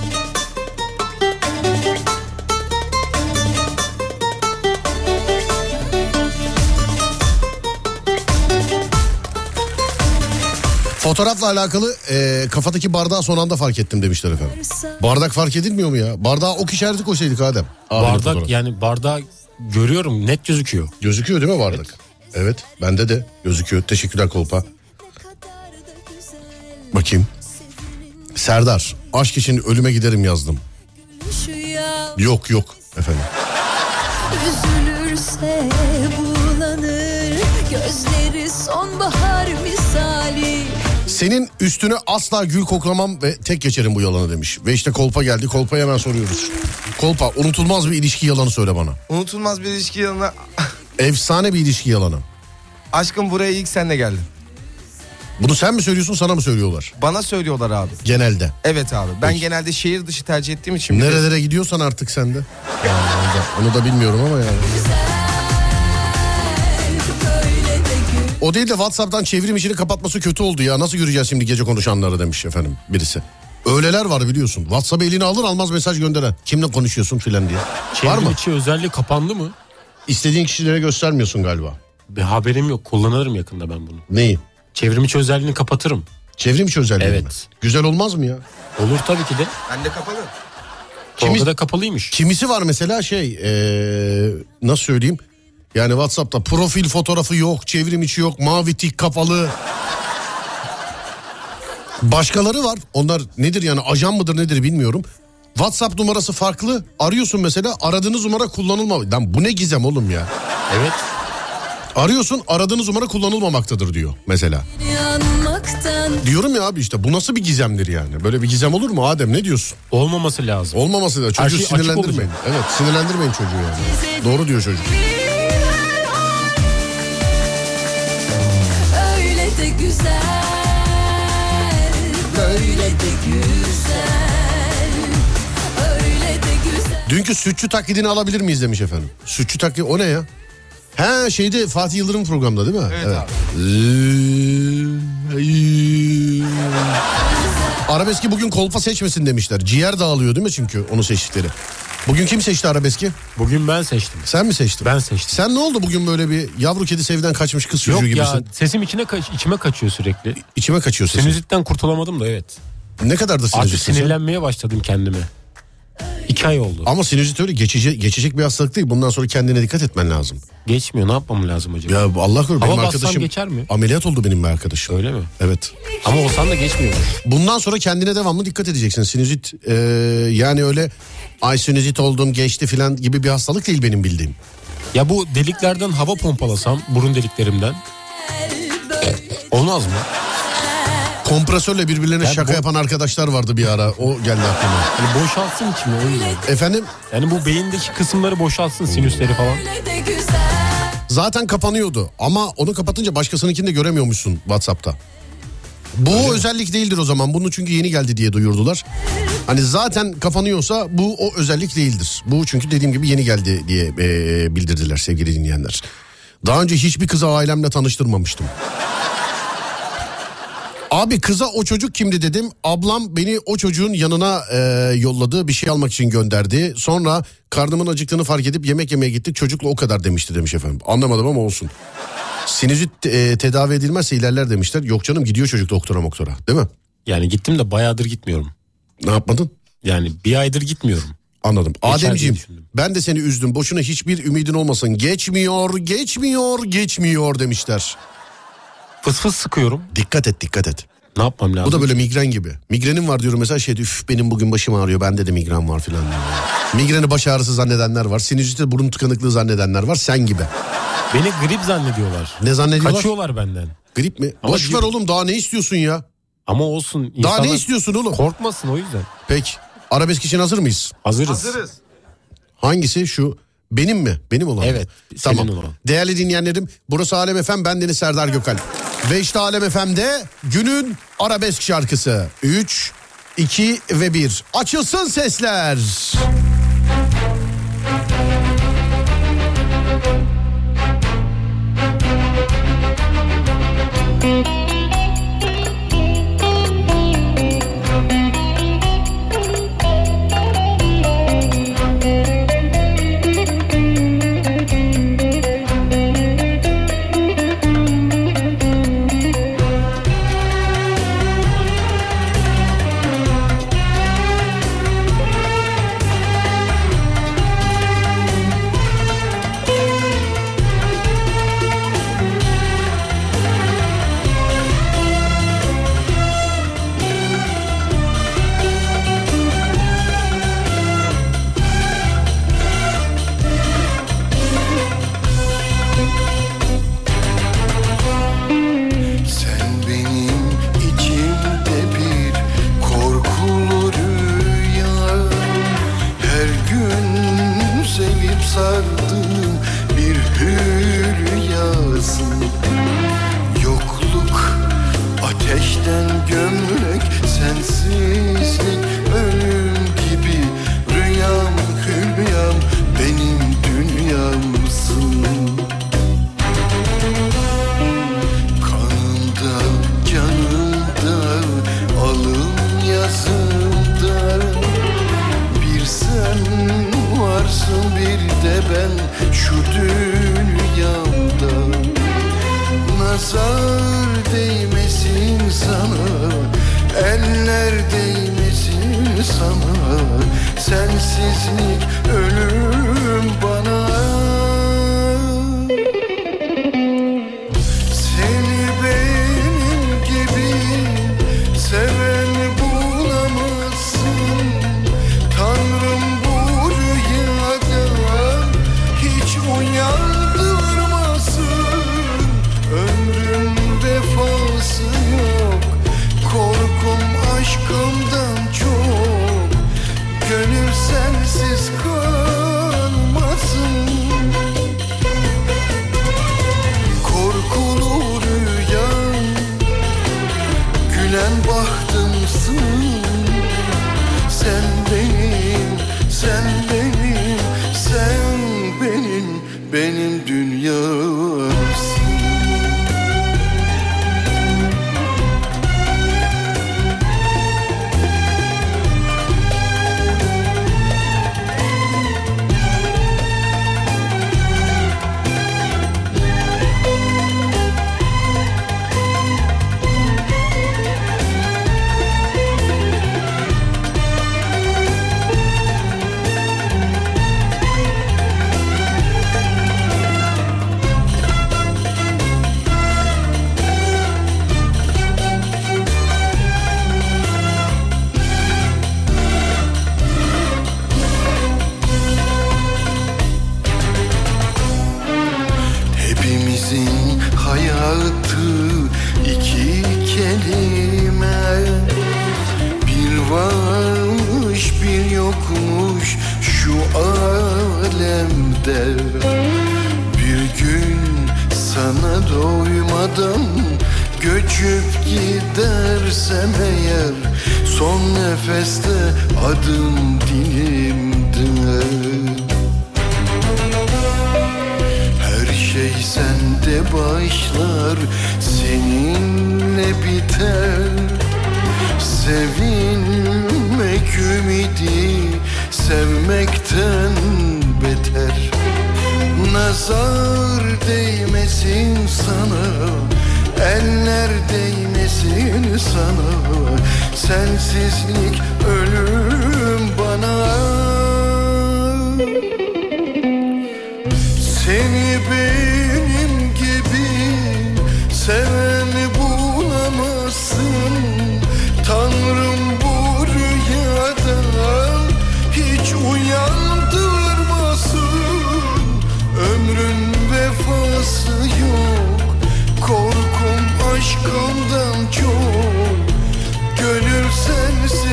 Fotoğrafla alakalı kafadaki bardağı son anda fark ettim demişler efendim. Bardak fark edilmiyor mu ya? Bardağa ok işareti koysaydık Adem. Bardak, yani bardağı görüyorum, net gözüküyor. Gözüküyor değil mi bardak? Evet, bende de gözüküyor. Teşekkürler Kolpa. Bakayım. Serdar, aşk için ölüme giderim yazdım. Yok efendim. Üzülürse bulanır, gözleri sonbahar misali. Senin üstüne asla gül koklamam ve tek geçerim bu yalanı demiş. Ve işte Kolpa geldi. Kolpa'ya hemen soruyoruz. Kolpa, unutulmaz bir ilişki yalanı söyle bana. Unutulmaz bir ilişki yalanı. Efsane bir ilişki yalanı. Aşkım buraya ilk senle geldin. Bunu sen mi söylüyorsun, sana mı söylüyorlar? Bana söylüyorlar abi. Genelde. Evet abi. Ben Peki. Genelde şehir dışı tercih ettiğim için. Nerelere gidiyorsan artık sen de. Yani onu da bilmiyorum ama yani. O değil de WhatsApp'tan çevrim işini kapatması kötü oldu ya. Nasıl göreceğiz şimdi gece konuşanları demiş efendim birisi. Öyleler var biliyorsun. WhatsApp'ı eline alır almaz mesaj gönderen. Kimle konuşuyorsun filan diye. Var mı? Çevrim içi özelliği kapandı mı? İstediğin kişilere göstermiyorsun galiba. Bir haberim yok. Kullanırım yakında ben bunu. Neyi? Çevrim içi özelliğini kapatırım. Çevrim içi özelliği Evet. mi? Güzel olmaz mı ya? Olur tabii ki de. Ben de kapalı. Tolga da kapalıymış. Kimisi var mesela nasıl söyleyeyim? Yani WhatsApp'ta profil fotoğrafı yok, çevrim içi yok, mavi tik kapalı. Başkaları var. Onlar nedir yani, ajan mıdır nedir bilmiyorum. WhatsApp numarası farklı. Arıyorsun mesela, aradığınız numara kullanılmamaktadır. Lan bu ne gizem oğlum ya. Evet. Arıyorsun, aradığınız numara kullanılmamaktadır diyor mesela. Diyorum ya abi, işte bu nasıl bir gizemdir yani? Böyle bir gizem olur mu Adem, ne diyorsun? Olmaması lazım. Olmaması da, çocuğu Her şey açık sinirlendirmeyin. olacak. Evet, sinirlendirmeyin çocuğu yani. Doğru diyor çocuk. Öyle de güzel, böyle de güzel, öyle de güzel. Dünkü sütçü taklidini alabilir miyiz demiş efendim. Sütçü taklidi o ne ya? He, şeyde Fatih Yıldırım programda değil mi? Evet. Abi. Arabeski bugün Kolpa seçmesin demişler. Ciğer dağılıyor değil mi çünkü onu seçtikleri. Bugün kim seçti arabeski? Bugün ben seçtim. Sen mi seçtin? Ben seçtim. Sen ne oldu bugün, böyle bir yavru kedi sevden kaçmış kız çocuğu Yok gibisin? ya, sesim içime kaçıyor sürekli. İçime kaçıyor sesin. Sinüzitten kurtulamadım da evet. Ne kadar da Artık sinüzit sesin? sinirlenmeye başladım kendime. 2 ay oldu. Ama sinüzit öyle geçecek bir hastalık değil. Bundan sonra kendine dikkat etmen lazım. Geçmiyor, ne yapmam lazım acaba? Ya Allah korusun, benim Hava bassam arkadaşım geçer mi? ameliyat oldu benim bir arkadaşım. Öyle mi? Evet. Ama olsan da geçmiyor. Bundan sonra kendine devamlı dikkat edeceksin. Sinüzit yani öyle ay sinüzit oldum geçti filan gibi bir hastalık değil benim bildiğim. Ya bu deliklerden hava pompalasam, burun deliklerimden olmaz mı? Kompresörle birbirlerine Ya şaka bu- yapan arkadaşlar vardı bir ara. O geldi aklıma. Hani boşaltsın içimi, o yüzden. Efendim, Yani bu beyindeki kısımları boşaltsın, sinüsleri falan. Öyle de güzel. zaten kapanıyordu ama onu kapatınca başkasınınkini de göremiyormuşsun WhatsApp'ta. Bu özellik değildir o zaman. Bunu çünkü yeni geldi diye duyurdular. Hani zaten kapanıyorsa bu o özellik değildir. Bu çünkü dediğim gibi yeni geldi diye bildirdiler sevgili dinleyenler. Daha önce hiçbir kızı ailemle tanıştırmamıştım. Abi kıza o çocuk kimdi dedim. Ablam beni o çocuğun yanına yolladı. Bir şey almak için gönderdi. Sonra karnımın acıktığını fark edip yemek yemeye gittik. Çocukla o kadar demişti demiş efendim. Anlamadım ama olsun. Sinüzit tedavi edilmezse ilerler demişler. Yok canım, gidiyor çocuk doktora değil mi? Yani gittim de bayağıdır gitmiyorum. Ne yapmadın? Yani bir aydır gitmiyorum. Anladım. Geçer diye Ademciğim, düşündüm. ben de seni üzdüm. Boşuna hiçbir ümidin olmasın. Geçmiyor demişler. Fıs fıs sıkıyorum. Dikkat et. Ne yapmam lazım? Bu da böyle migren gibi. Migrenim var diyorum mesela, üf benim bugün başım ağrıyor, bende de migren var filan. Migreni baş ağrısı zannedenler var. Sinüziti burun tıkanıklığı zannedenler var, sen gibi. Beni grip zannediyorlar. Ne zannediyorlar? Kaçıyorlar benden. Grip mi? Ama Boş ver grip- oğlum, daha ne istiyorsun ya? Ama olsun. Daha insanlar ne istiyorsun oğlum? Korkmasın o yüzden. Peki arabesk için hazır mıyız? Hazırız. Hangisi şu? Benim mi? Benim olan. Evet. Tamam. Senin olan. Değerli dinleyenlerim, burası Alem FM, ben Deniz Serdar Gökalp. Ve işte Alem FM'de günün arabesk şarkısı. 3, 2 ve 1. Açılsın sesler.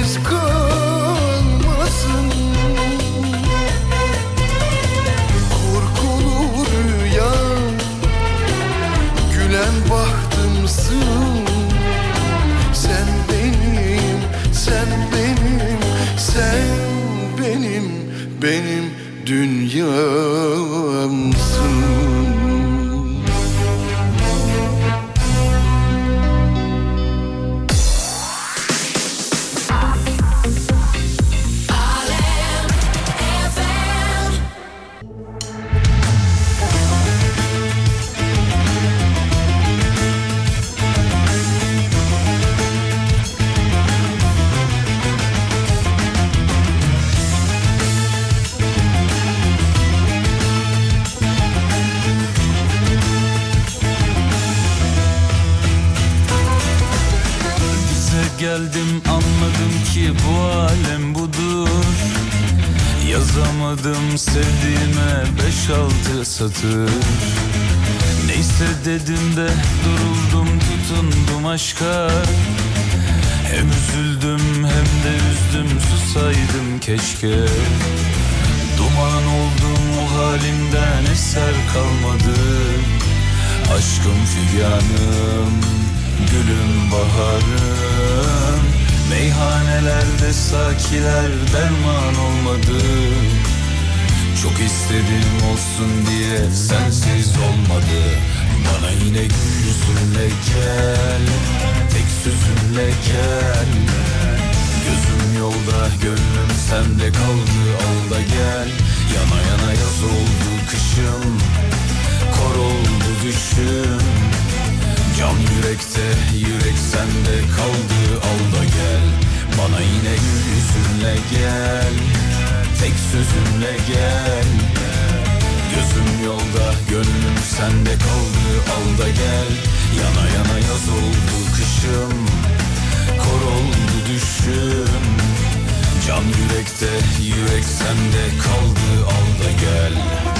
iz kalmasın. Korkulu rüya, gülen bahtımsın. Sen benim, sen benim, sen benim dünyamsın. Geldim anladım ki bu alem budur. Yazamadım sevdiğime 5-6 satır. Neyse dedim de duruldum, tutundum aşka. Hem üzüldüm hem de üzdüm, susaydım keşke. Duman oldum o halimden, eser kalmadı. Aşkım figanım, gülüm baharım. Meyhanelerde sakiler derman olmadı. Çok istedim olsun diye sensiz olmadı. Bana yine gül yüzünle gel, tek sözünle gel. Gözüm yolda, gönlüm sende kaldı, al da gel. Yana yana yaz oldu kışım, kor oldu düşüm. Can yürekte, yürek sende kaldı, al da gel. Bana yine gül yüzünle gel, tek sözünle gel. Gözüm yolda, gönlüm sende kaldı, al da gel. Yana yana yaz oldu kışım, kor oldu düşüm. Can yürekte, yürek sende kaldı, al da gel.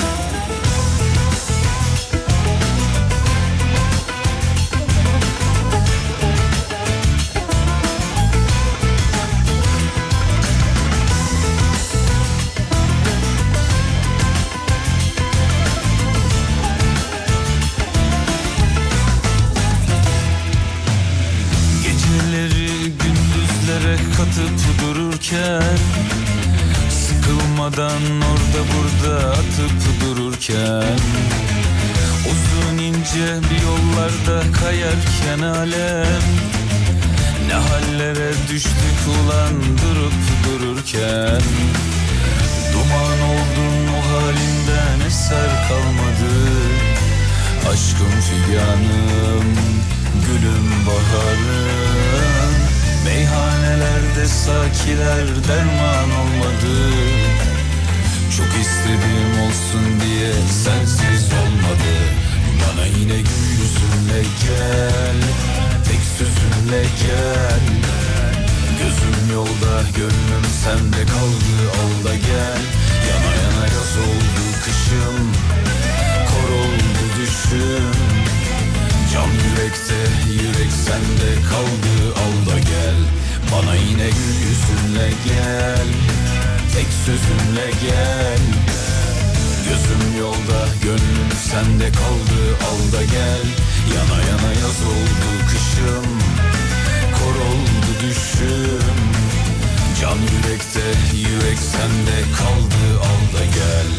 Katıp dururken, sıkılmadan orada burada atıp dururken, uzun ince bir yollarda kayarken alem, ne hallere düştük ulan durup dururken. Duman oldun o halinden, eser kalmadı. Aşkım figanım, gülüm baharım. Meyhanelerde sakiler derman olmadı. Çok istedim olsun diye sensiz olmadı. Bana yine gül yüzünle gel, tek sözünle gel. Gözüm yolda, gönlüm sende kaldı, al da gel. Yana yana yaz oldu kışım, kor oldu düşüm. Can yürekte, yürek sende kaldı, al da gel. Bana yine gül yüzünle gel, tek sözünle gel. Gözüm yolda, gönlüm sende kaldı, al da gel. Yana yana yaz oldu kışım, kor oldu düşüm. Can yürekte, yürek sende kaldı, al da gel.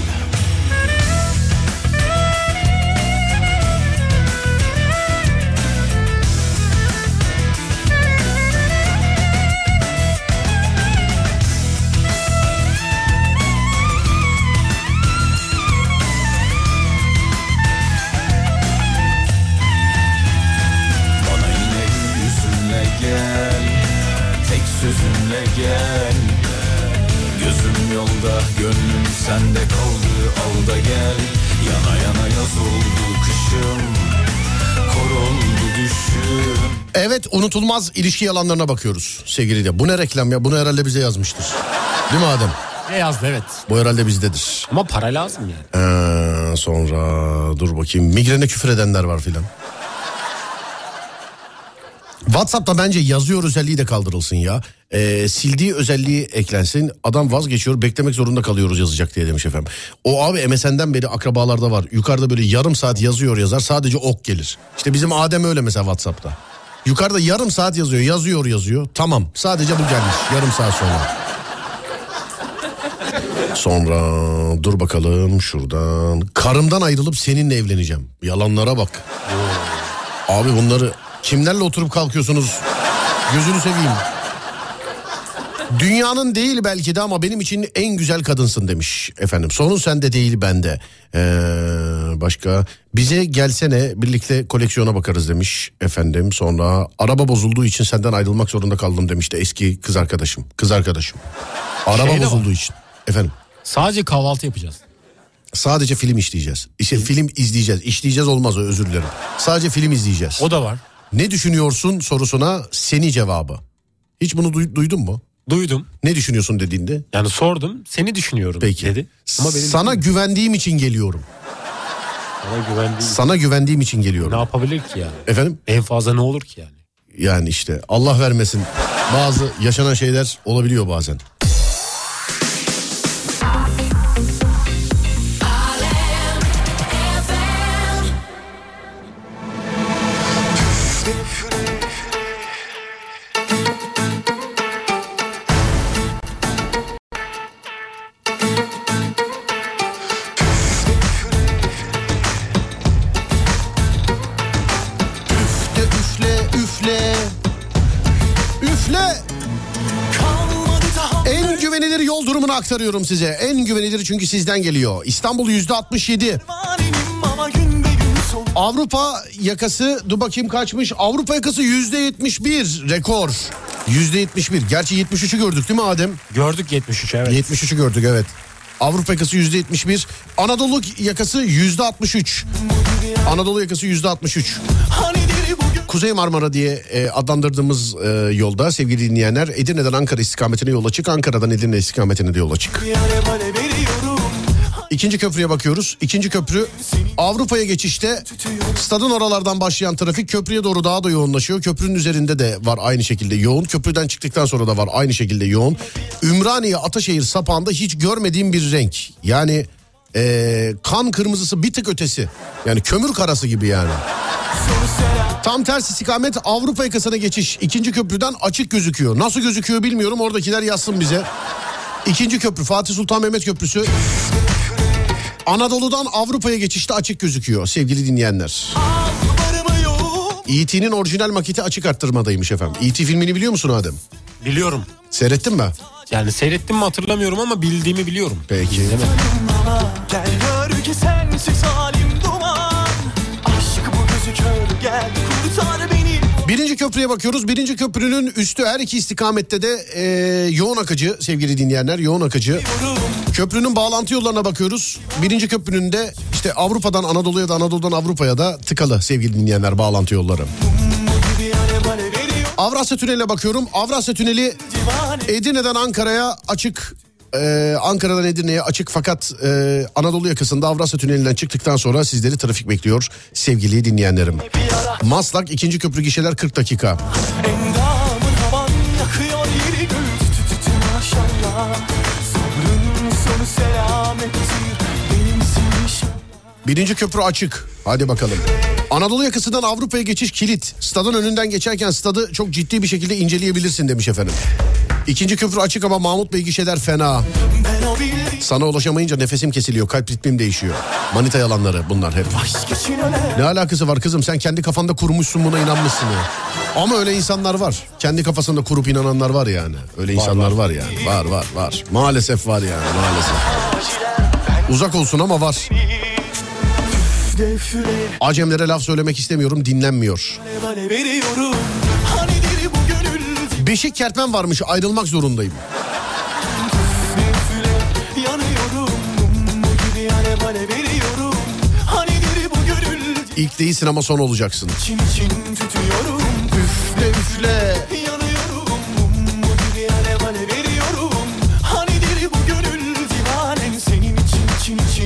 Sözünle gel. Gözüm yolda, gönlüm sende kaldı, al da gel. Yana yana yaz oldu kışım, kor oldu düşüm. Evet, unutulmaz ilişki yalanlarına bakıyoruz sevgili de. Bu ne reklam ya? Bunu herhalde bize yazmıştır. Değil mi Adem? Ne yazdı, evet. Bu herhalde bizdedir. Ama para lazım yani. Sonra dur bakayım, migrene küfür edenler var filan. WhatsApp'ta bence yazıyor özelliği de kaldırılsın ya. Sildiği özelliği eklensin. Adam vazgeçiyor, beklemek zorunda kalıyoruz yazacak diye demiş efendim. O abi MSN'den beri akrabalarda var. Yukarıda böyle yarım saat yazar, sadece ok gelir. İşte bizim Adem öyle mesela WhatsApp'ta. Yukarıda yarım saat yazıyor. Tamam, sadece bu gelmiş yarım saat sonra. Sonra dur bakalım şuradan. Karımdan ayrılıp seninle evleneceğim. Yalanlara bak. Abi bunları kimlerle oturup kalkıyorsunuz? Gözünü seveyim. Dünyanın değil belki de ama benim için en güzel kadınsın demiş efendim. Sorun sende değil bende. Başka bize gelsene birlikte koleksiyona bakarız demiş efendim. Sonra araba bozulduğu için senden ayrılmak zorunda kaldım demişti eski kız arkadaşım. Araba bozulduğu için efendim. Sadece kahvaltı yapacağız. Sadece film işleyeceğiz. Film izleyeceğiz. İşleyeceğiz olmaz, özür dilerim. Sadece film izleyeceğiz. O da var. Ne düşünüyorsun sorusuna seni cevabı. Hiç bunu duydun mu? Duydum. Ne düşünüyorsun dediğinde? Yani sordum, seni düşünüyorum Peki. dedi. Ama benim sana güvendiğim için geliyorum. Sana güvendiğim için geliyorum. Ne yapabilir ki yani? Efendim? En fazla ne olur ki yani? Yani işte Allah vermesin. Bazı yaşanan şeyler olabiliyor bazen. En güvenilir yol durumunu aktarıyorum size. En güvenilir çünkü sizden geliyor. İstanbul %67. Avrupa yakası dur bakayım kaçmış. Avrupa yakası %71 rekor. %71. Gerçi 73'ü gördük değil mi Adem? Gördük 73'ü evet. 73'ü gördük evet. Avrupa yakası %71. Anadolu yakası %63. Anadolu yakası %63. Kuzey Marmara diye adlandırdığımız yolda sevgili dinleyenler Edirne'den Ankara istikametine yola çık. Ankara'dan Edirne istikametine de yola çık. İkinci köprüye bakıyoruz. İkinci köprü Avrupa'ya geçişte stadın oralardan başlayan trafik köprüye doğru daha da yoğunlaşıyor. Köprünün üzerinde de var aynı şekilde yoğun. Köprüden çıktıktan sonra da var aynı şekilde yoğun. Ümraniye Ataşehir sapağında hiç görmediğim bir renk. Yani kan kırmızısı bir tık ötesi. Yani kömür karası gibi yani. Tam ters istikamet Avrupa yakasına geçiş. İkinci köprüden açık gözüküyor. Nasıl gözüküyor bilmiyorum. Oradakiler yazsın bize. İkinci köprü Fatih Sultan Mehmet Köprüsü. Anadolu'dan Avrupa'ya geçişte açık gözüküyor sevgili dinleyenler. E.T.'nin orijinal maketi açık arttırmadaymış efendim. E.T. filmini biliyor musun Adem? Biliyorum. Seyrettin mi? Yani seyrettim mi hatırlamıyorum ama bildiğimi biliyorum. Peki. Gel gör ki sensiz halim duman. Aşk bu gözü kör, gel kurtar beni. Birinci köprüye bakıyoruz. Birinci köprünün üstü her iki istikamette de yoğun akıcı sevgili dinleyenler, yoğun akıcı. Köprünün bağlantı yollarına bakıyoruz. Birinci köprünün de işte Avrupa'dan Anadolu'ya da Anadolu'dan Avrupa'ya da tıkalı sevgili dinleyenler bağlantı yolları. Avrasya Tüneli'ne bakıyorum. Avrasya Tüneli Edirne'den Ankara'ya açık. Ankara'dan Edirne'ye açık fakat Anadolu yakasında Avrasya Tüneli'nden çıktıktan sonra sizleri trafik bekliyor sevgili dinleyenlerim. Maslak 2. köprü gişeler 40 dakika. Endamın havan yakıyor yeri göğü maşallah. Sabrın sonu selamettir benimsin inşallah. 1. köprü açık. Hadi bakalım. Anadolu yakasından Avrupa'ya geçiş kilit. Stadın önünden geçerken stadı çok ciddi bir şekilde inceleyebilirsin demiş efendim. 2. köprü açık ama Mahmut Bey gişeler fena. Sana ulaşamayınca nefesim kesiliyor, kalp ritmim değişiyor. Manita yalanları bunlar hep. Ne alakası var kızım, sen kendi kafanda kurmuşsun, buna inanmışsın ya. Ama öyle insanlar var. Kendi kafasında kurup inananlar var yani. Öyle insanlar var yani. Var. Maalesef var yani, maalesef. Uzak olsun ama var. Acemlere laf söylemek istemiyorum, dinlenmiyor. Beşik kertmem varmış, ayrılmak zorundayım. İlk değilsin ama son olacaksın. Üfle üfle.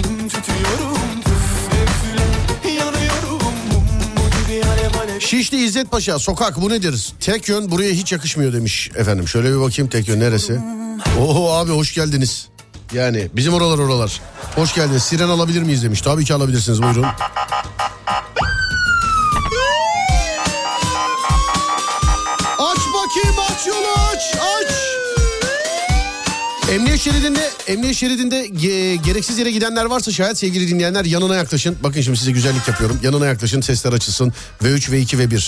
Şişli İzzet Paşa sokak bu nedir? Tek yön buraya hiç yakışmıyor demiş efendim. Şöyle bir bakayım tek yön neresi? Oo abi hoş geldiniz. Yani bizim oralar. Hoş geldiniz. Siren alabilir miyiz demiş. Tabii ki alabilirsiniz, buyurun. Aç bakayım, aç yolu aç. Emniyet şeridinde gereksiz yere gidenler varsa şayet sevgili dinleyenler yanına yaklaşın. Bakın şimdi size güzellik yapıyorum. Yanına yaklaşın, sesler açılsın. V3, V2, V1.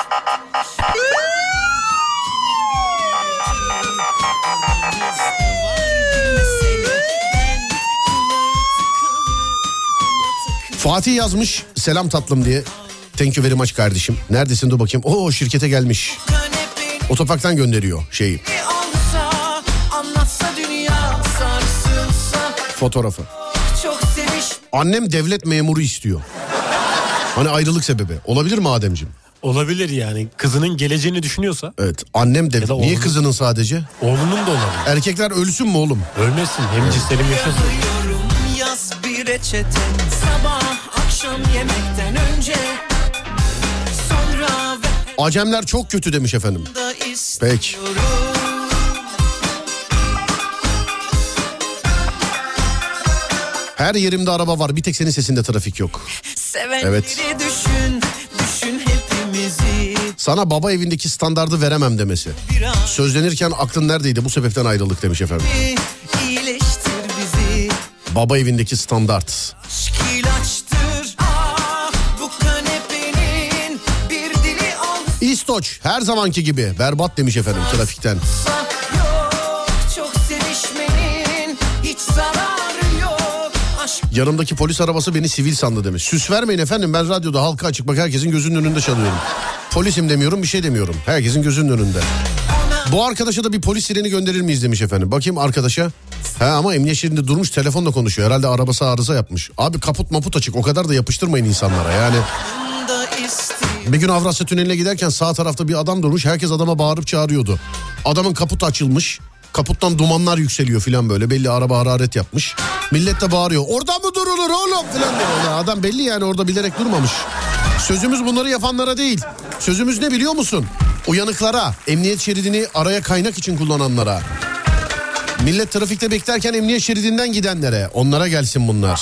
Fatih yazmış selam tatlım diye. Thank you very much kardeşim. Neredesin dur bakayım. Oo şirkete gelmiş. Otoparktan gönderiyor şeyi. Fotoğrafı. Annem devlet memuru istiyor. Hani ayrılık sebebi. Olabilir mi Ademciğim? Olabilir yani. Kızının geleceğini düşünüyorsa. Evet. Annem devlet. Niye kızının sadece? Oğlunun da olabilir. Erkekler ölsün mü oğlum? Ölmesin. Hem cistelim yaşasın. Yaz bir reçete sabah akşam yemekten önce sonra ve Acemler çok kötü demiş efendim. Peki. Her yerimde araba var, bir tek senin sesinde trafik yok. Evet. Düşün hepimizi. Sana baba evindeki standardı veremem demesi. Sözlenirken aklın neredeydi, bu sebepten ayrıldık demiş efendim. İyileştir bizi. Baba evindeki standart. Bu kanepenin bir dili al. İstoç her zamanki gibi berbat demiş efendim trafikten. Yok, çok sevişmenin hiç zararı yok. Aşk Yanımdaki polis arabası beni sivil sandı demiş. Süs vermeyin efendim, ben radyoda halka açık bak herkesin gözünün önünde çalıyorum. Polisim demiyorum, bir şey demiyorum. Herkesin gözünün önünde. Bu arkadaşa da bir polis sireni gönderir miyiz demiş efendim. Bakayım arkadaşa. Ama emniyet şeridinde durmuş telefonla konuşuyor. Herhalde arabası arıza yapmış. Abi kaput maput açık, o kadar da yapıştırmayın insanlara yani. Bir gün Avrasya Tüneli'ne giderken sağ tarafta bir adam durmuş. Herkes adama bağırıp çağırıyordu. Adamın kaputu açılmış. Kaputtan dumanlar yükseliyor filan böyle. Belli araba hararet yapmış. Millet de bağırıyor. Orada mı durulur oğlum filan diyor. Adam belli yani orada bilerek durmamış. Sözümüz bunları yapanlara değil. Sözümüz ne biliyor musun? Uyanıklara, emniyet şeridini araya kaynak için kullananlara. Millet trafikte beklerken emniyet şeridinden gidenlere. Onlara gelsin bunlar.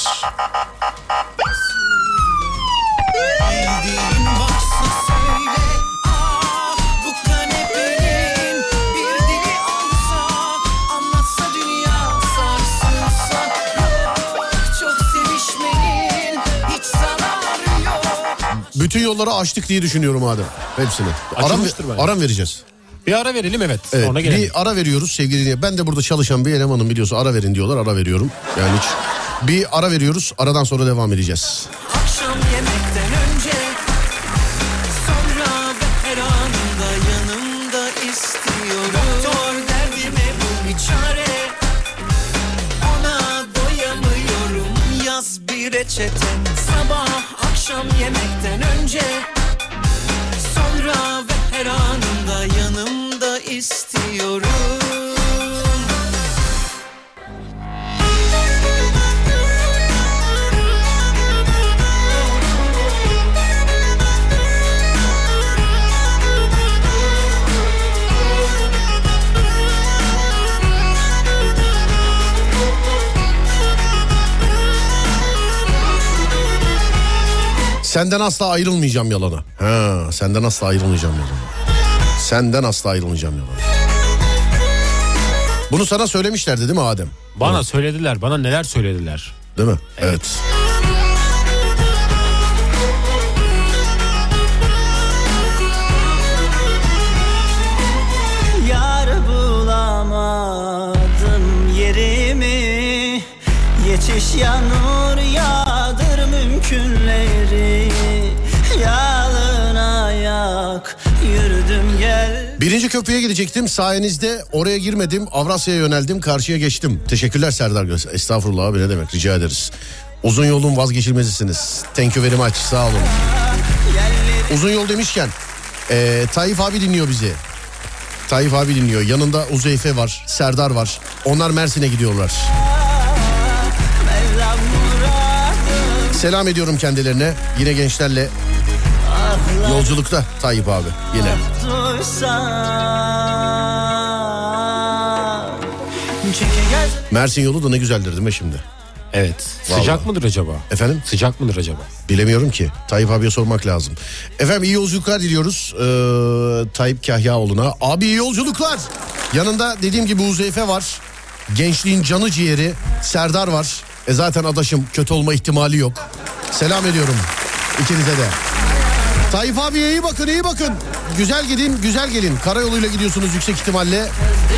Bütün yolları açtık diye düşünüyorum Adem. Hepsini. Aram vereceğiz. Bir ara verelim evet. Evet, sonra gelelim. bir ara veriyoruz sevgili dinleyiciler. Ben de burada çalışan bir elemanım biliyorsun. Ara verin diyorlar, ara veriyorum. Yani hiç. Bir ara veriyoruz. Aradan sonra devam edeceğiz. akşam yemekten önce sonra ve her anında yanımda istiyorum. Doktor derdime bul bir çare. Ona doyamıyorum. Yaz bir reçete sabah akşam yemekten önce sonra ve her anında yanımda istiyorum. Senden asla ayrılmayacağım yalana. Senden asla ayrılmayacağım yalana. Senden asla ayrılmayacağım yalana. Bunu sana söylemişlerdi değil mi Adem? Bana söylediler. Bana neler söylediler. Değil mi? Evet. Yar bulamadım yerimi. Yetiş yanur yağdır mümkünleri. Yalın ayak yürüdüm gel. Birinci köprüye gidecektim. Sayenizde oraya girmedim. Avrasya'ya yöneldim. Karşıya geçtim. Teşekkürler Serdar Göz. Estağfurullah abi ne demek, rica ederiz. Uzun yolun vazgeçilmezisiniz. Thank you very much. Sağ olun. Uzun yol demişken Tayyip abi dinliyor bizi. Tayyip abi dinliyor. Yanında Uzeyfe var. Serdar var. Onlar Mersin'e gidiyorlar. Selam ediyorum kendilerine. Yine gençlerle Yolculukta Tayyip abi yine. Mersin yolu da ne güzeldir değil mi şimdi? Evet. Vallahi. Sıcak mıdır acaba? Efendim? Sıcak mıdır acaba? Bilemiyorum ki. Tayyip abiye sormak lazım. Efendim iyi yolculuklar diliyoruz Tayyip Kahyaoğlu'na. Abi iyi yolculuklar. Yanında dediğim gibi Uzeyfe var. Gençliğin canı ciğeri Serdar var. Zaten adaşım, kötü olma ihtimali yok. Selam ediyorum ikinize de. Tayyip abiye iyi bakın, iyi bakın. Güzel gidin, güzel gelin. Karayoluyla gidiyorsunuz yüksek ihtimalle.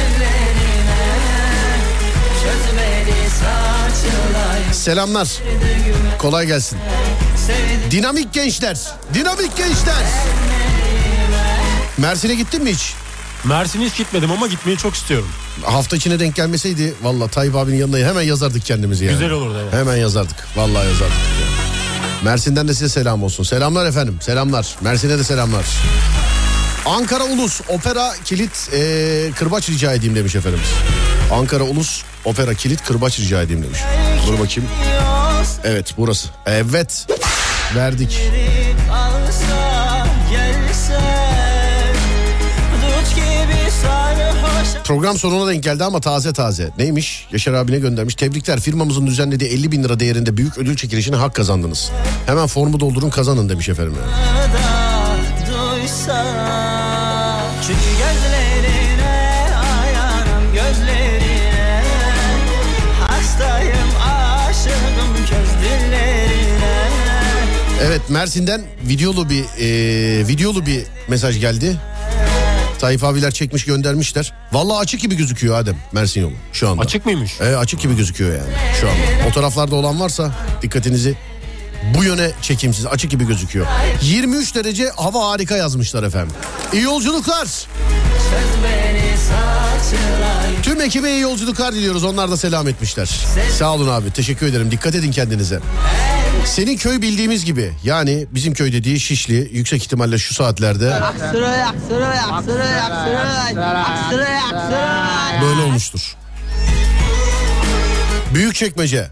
Selamlar. Kolay gelsin. Dinamik gençler. Dinamik gençler. Mersin'e gittin mi hiç? Mersin'e hiç gitmedim ama gitmeyi çok istiyorum. Hafta içine denk gelmeseydi valla Tayyip abinin yanına hemen yazardık kendimizi yani. Güzel olurdu evet. Hemen yazardık. Vallahi yazardık. Mersin'den de size selam olsun. Selamlar efendim. Selamlar. Mersin'e de selamlar. Ankara Ulus Opera Kilit Kırbaç rica edeyim demiş efendimiz. Ankara Ulus Opera Kilit Kırbaç rica edeyim demiş. Dur bakayım. Evet burası. Evet. Verdik. Program sonuna denk geldi ama taze taze. Neymiş? Yaşar abine göndermiş. Tebrikler, firmamızın düzenlediği 50 bin lira değerinde büyük ödül çekilişine hak kazandınız. Hemen formu doldurun kazanın demiş efendim. Çünkü gözlerine ayanım, gözlerine hastayım, aşığım gözlerine. Evet, Mersin'den videolu bir mesaj geldi. Tayyip abiler çekmiş göndermişler. Vallahi açık gibi gözüküyor Adem, Mersin yolu şu anda. Açık mıymış? Açık gibi gözüküyor yani şu anda. O taraflarda olan varsa dikkatinizi bu yöne çekeyim size, açık gibi gözüküyor. 23 derece hava harika yazmışlar efendim. İyi yolculuklar. Tüm ekibe iyi yolculuklar diliyoruz. Onlar da selam etmişler. Sağ olun abi, teşekkür ederim. Dikkat edin kendinize. Senin köy bildiğimiz gibi, yani bizim köy dediği Şişli, yüksek ihtimalle şu saatlerde böyle olmuştur. Büyükçekmece.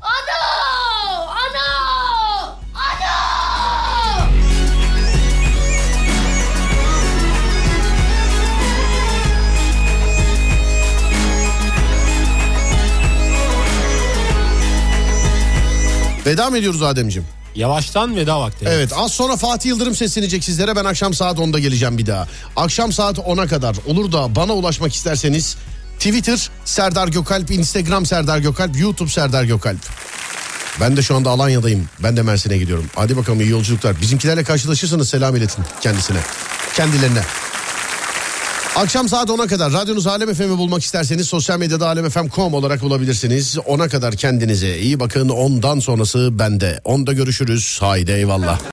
Veda mı ediyoruz Ademciğim? Yavaştan veda vakti. Evet, az sonra Fatih Yıldırım seslenecek sizlere. Ben akşam saat 10'da geleceğim bir daha. Akşam saat 10'a kadar olur da bana ulaşmak isterseniz Twitter Serdar Gökalp, Instagram Serdar Gökalp, YouTube Serdar Gökalp. Ben de şu anda Alanya'dayım. Ben de Mersin'e gidiyorum. Hadi bakalım, iyi yolculuklar. Bizimkilerle karşılaşırsanız selam iletin kendilerine. Akşam saat 10'a kadar radyonuz Alem FM'i bulmak isterseniz sosyal medyada alemfm.com olarak bulabilirsiniz. 10'a kadar kendinize iyi bakın. 10'dan sonrası bende. 10'da görüşürüz. Haydi eyvallah.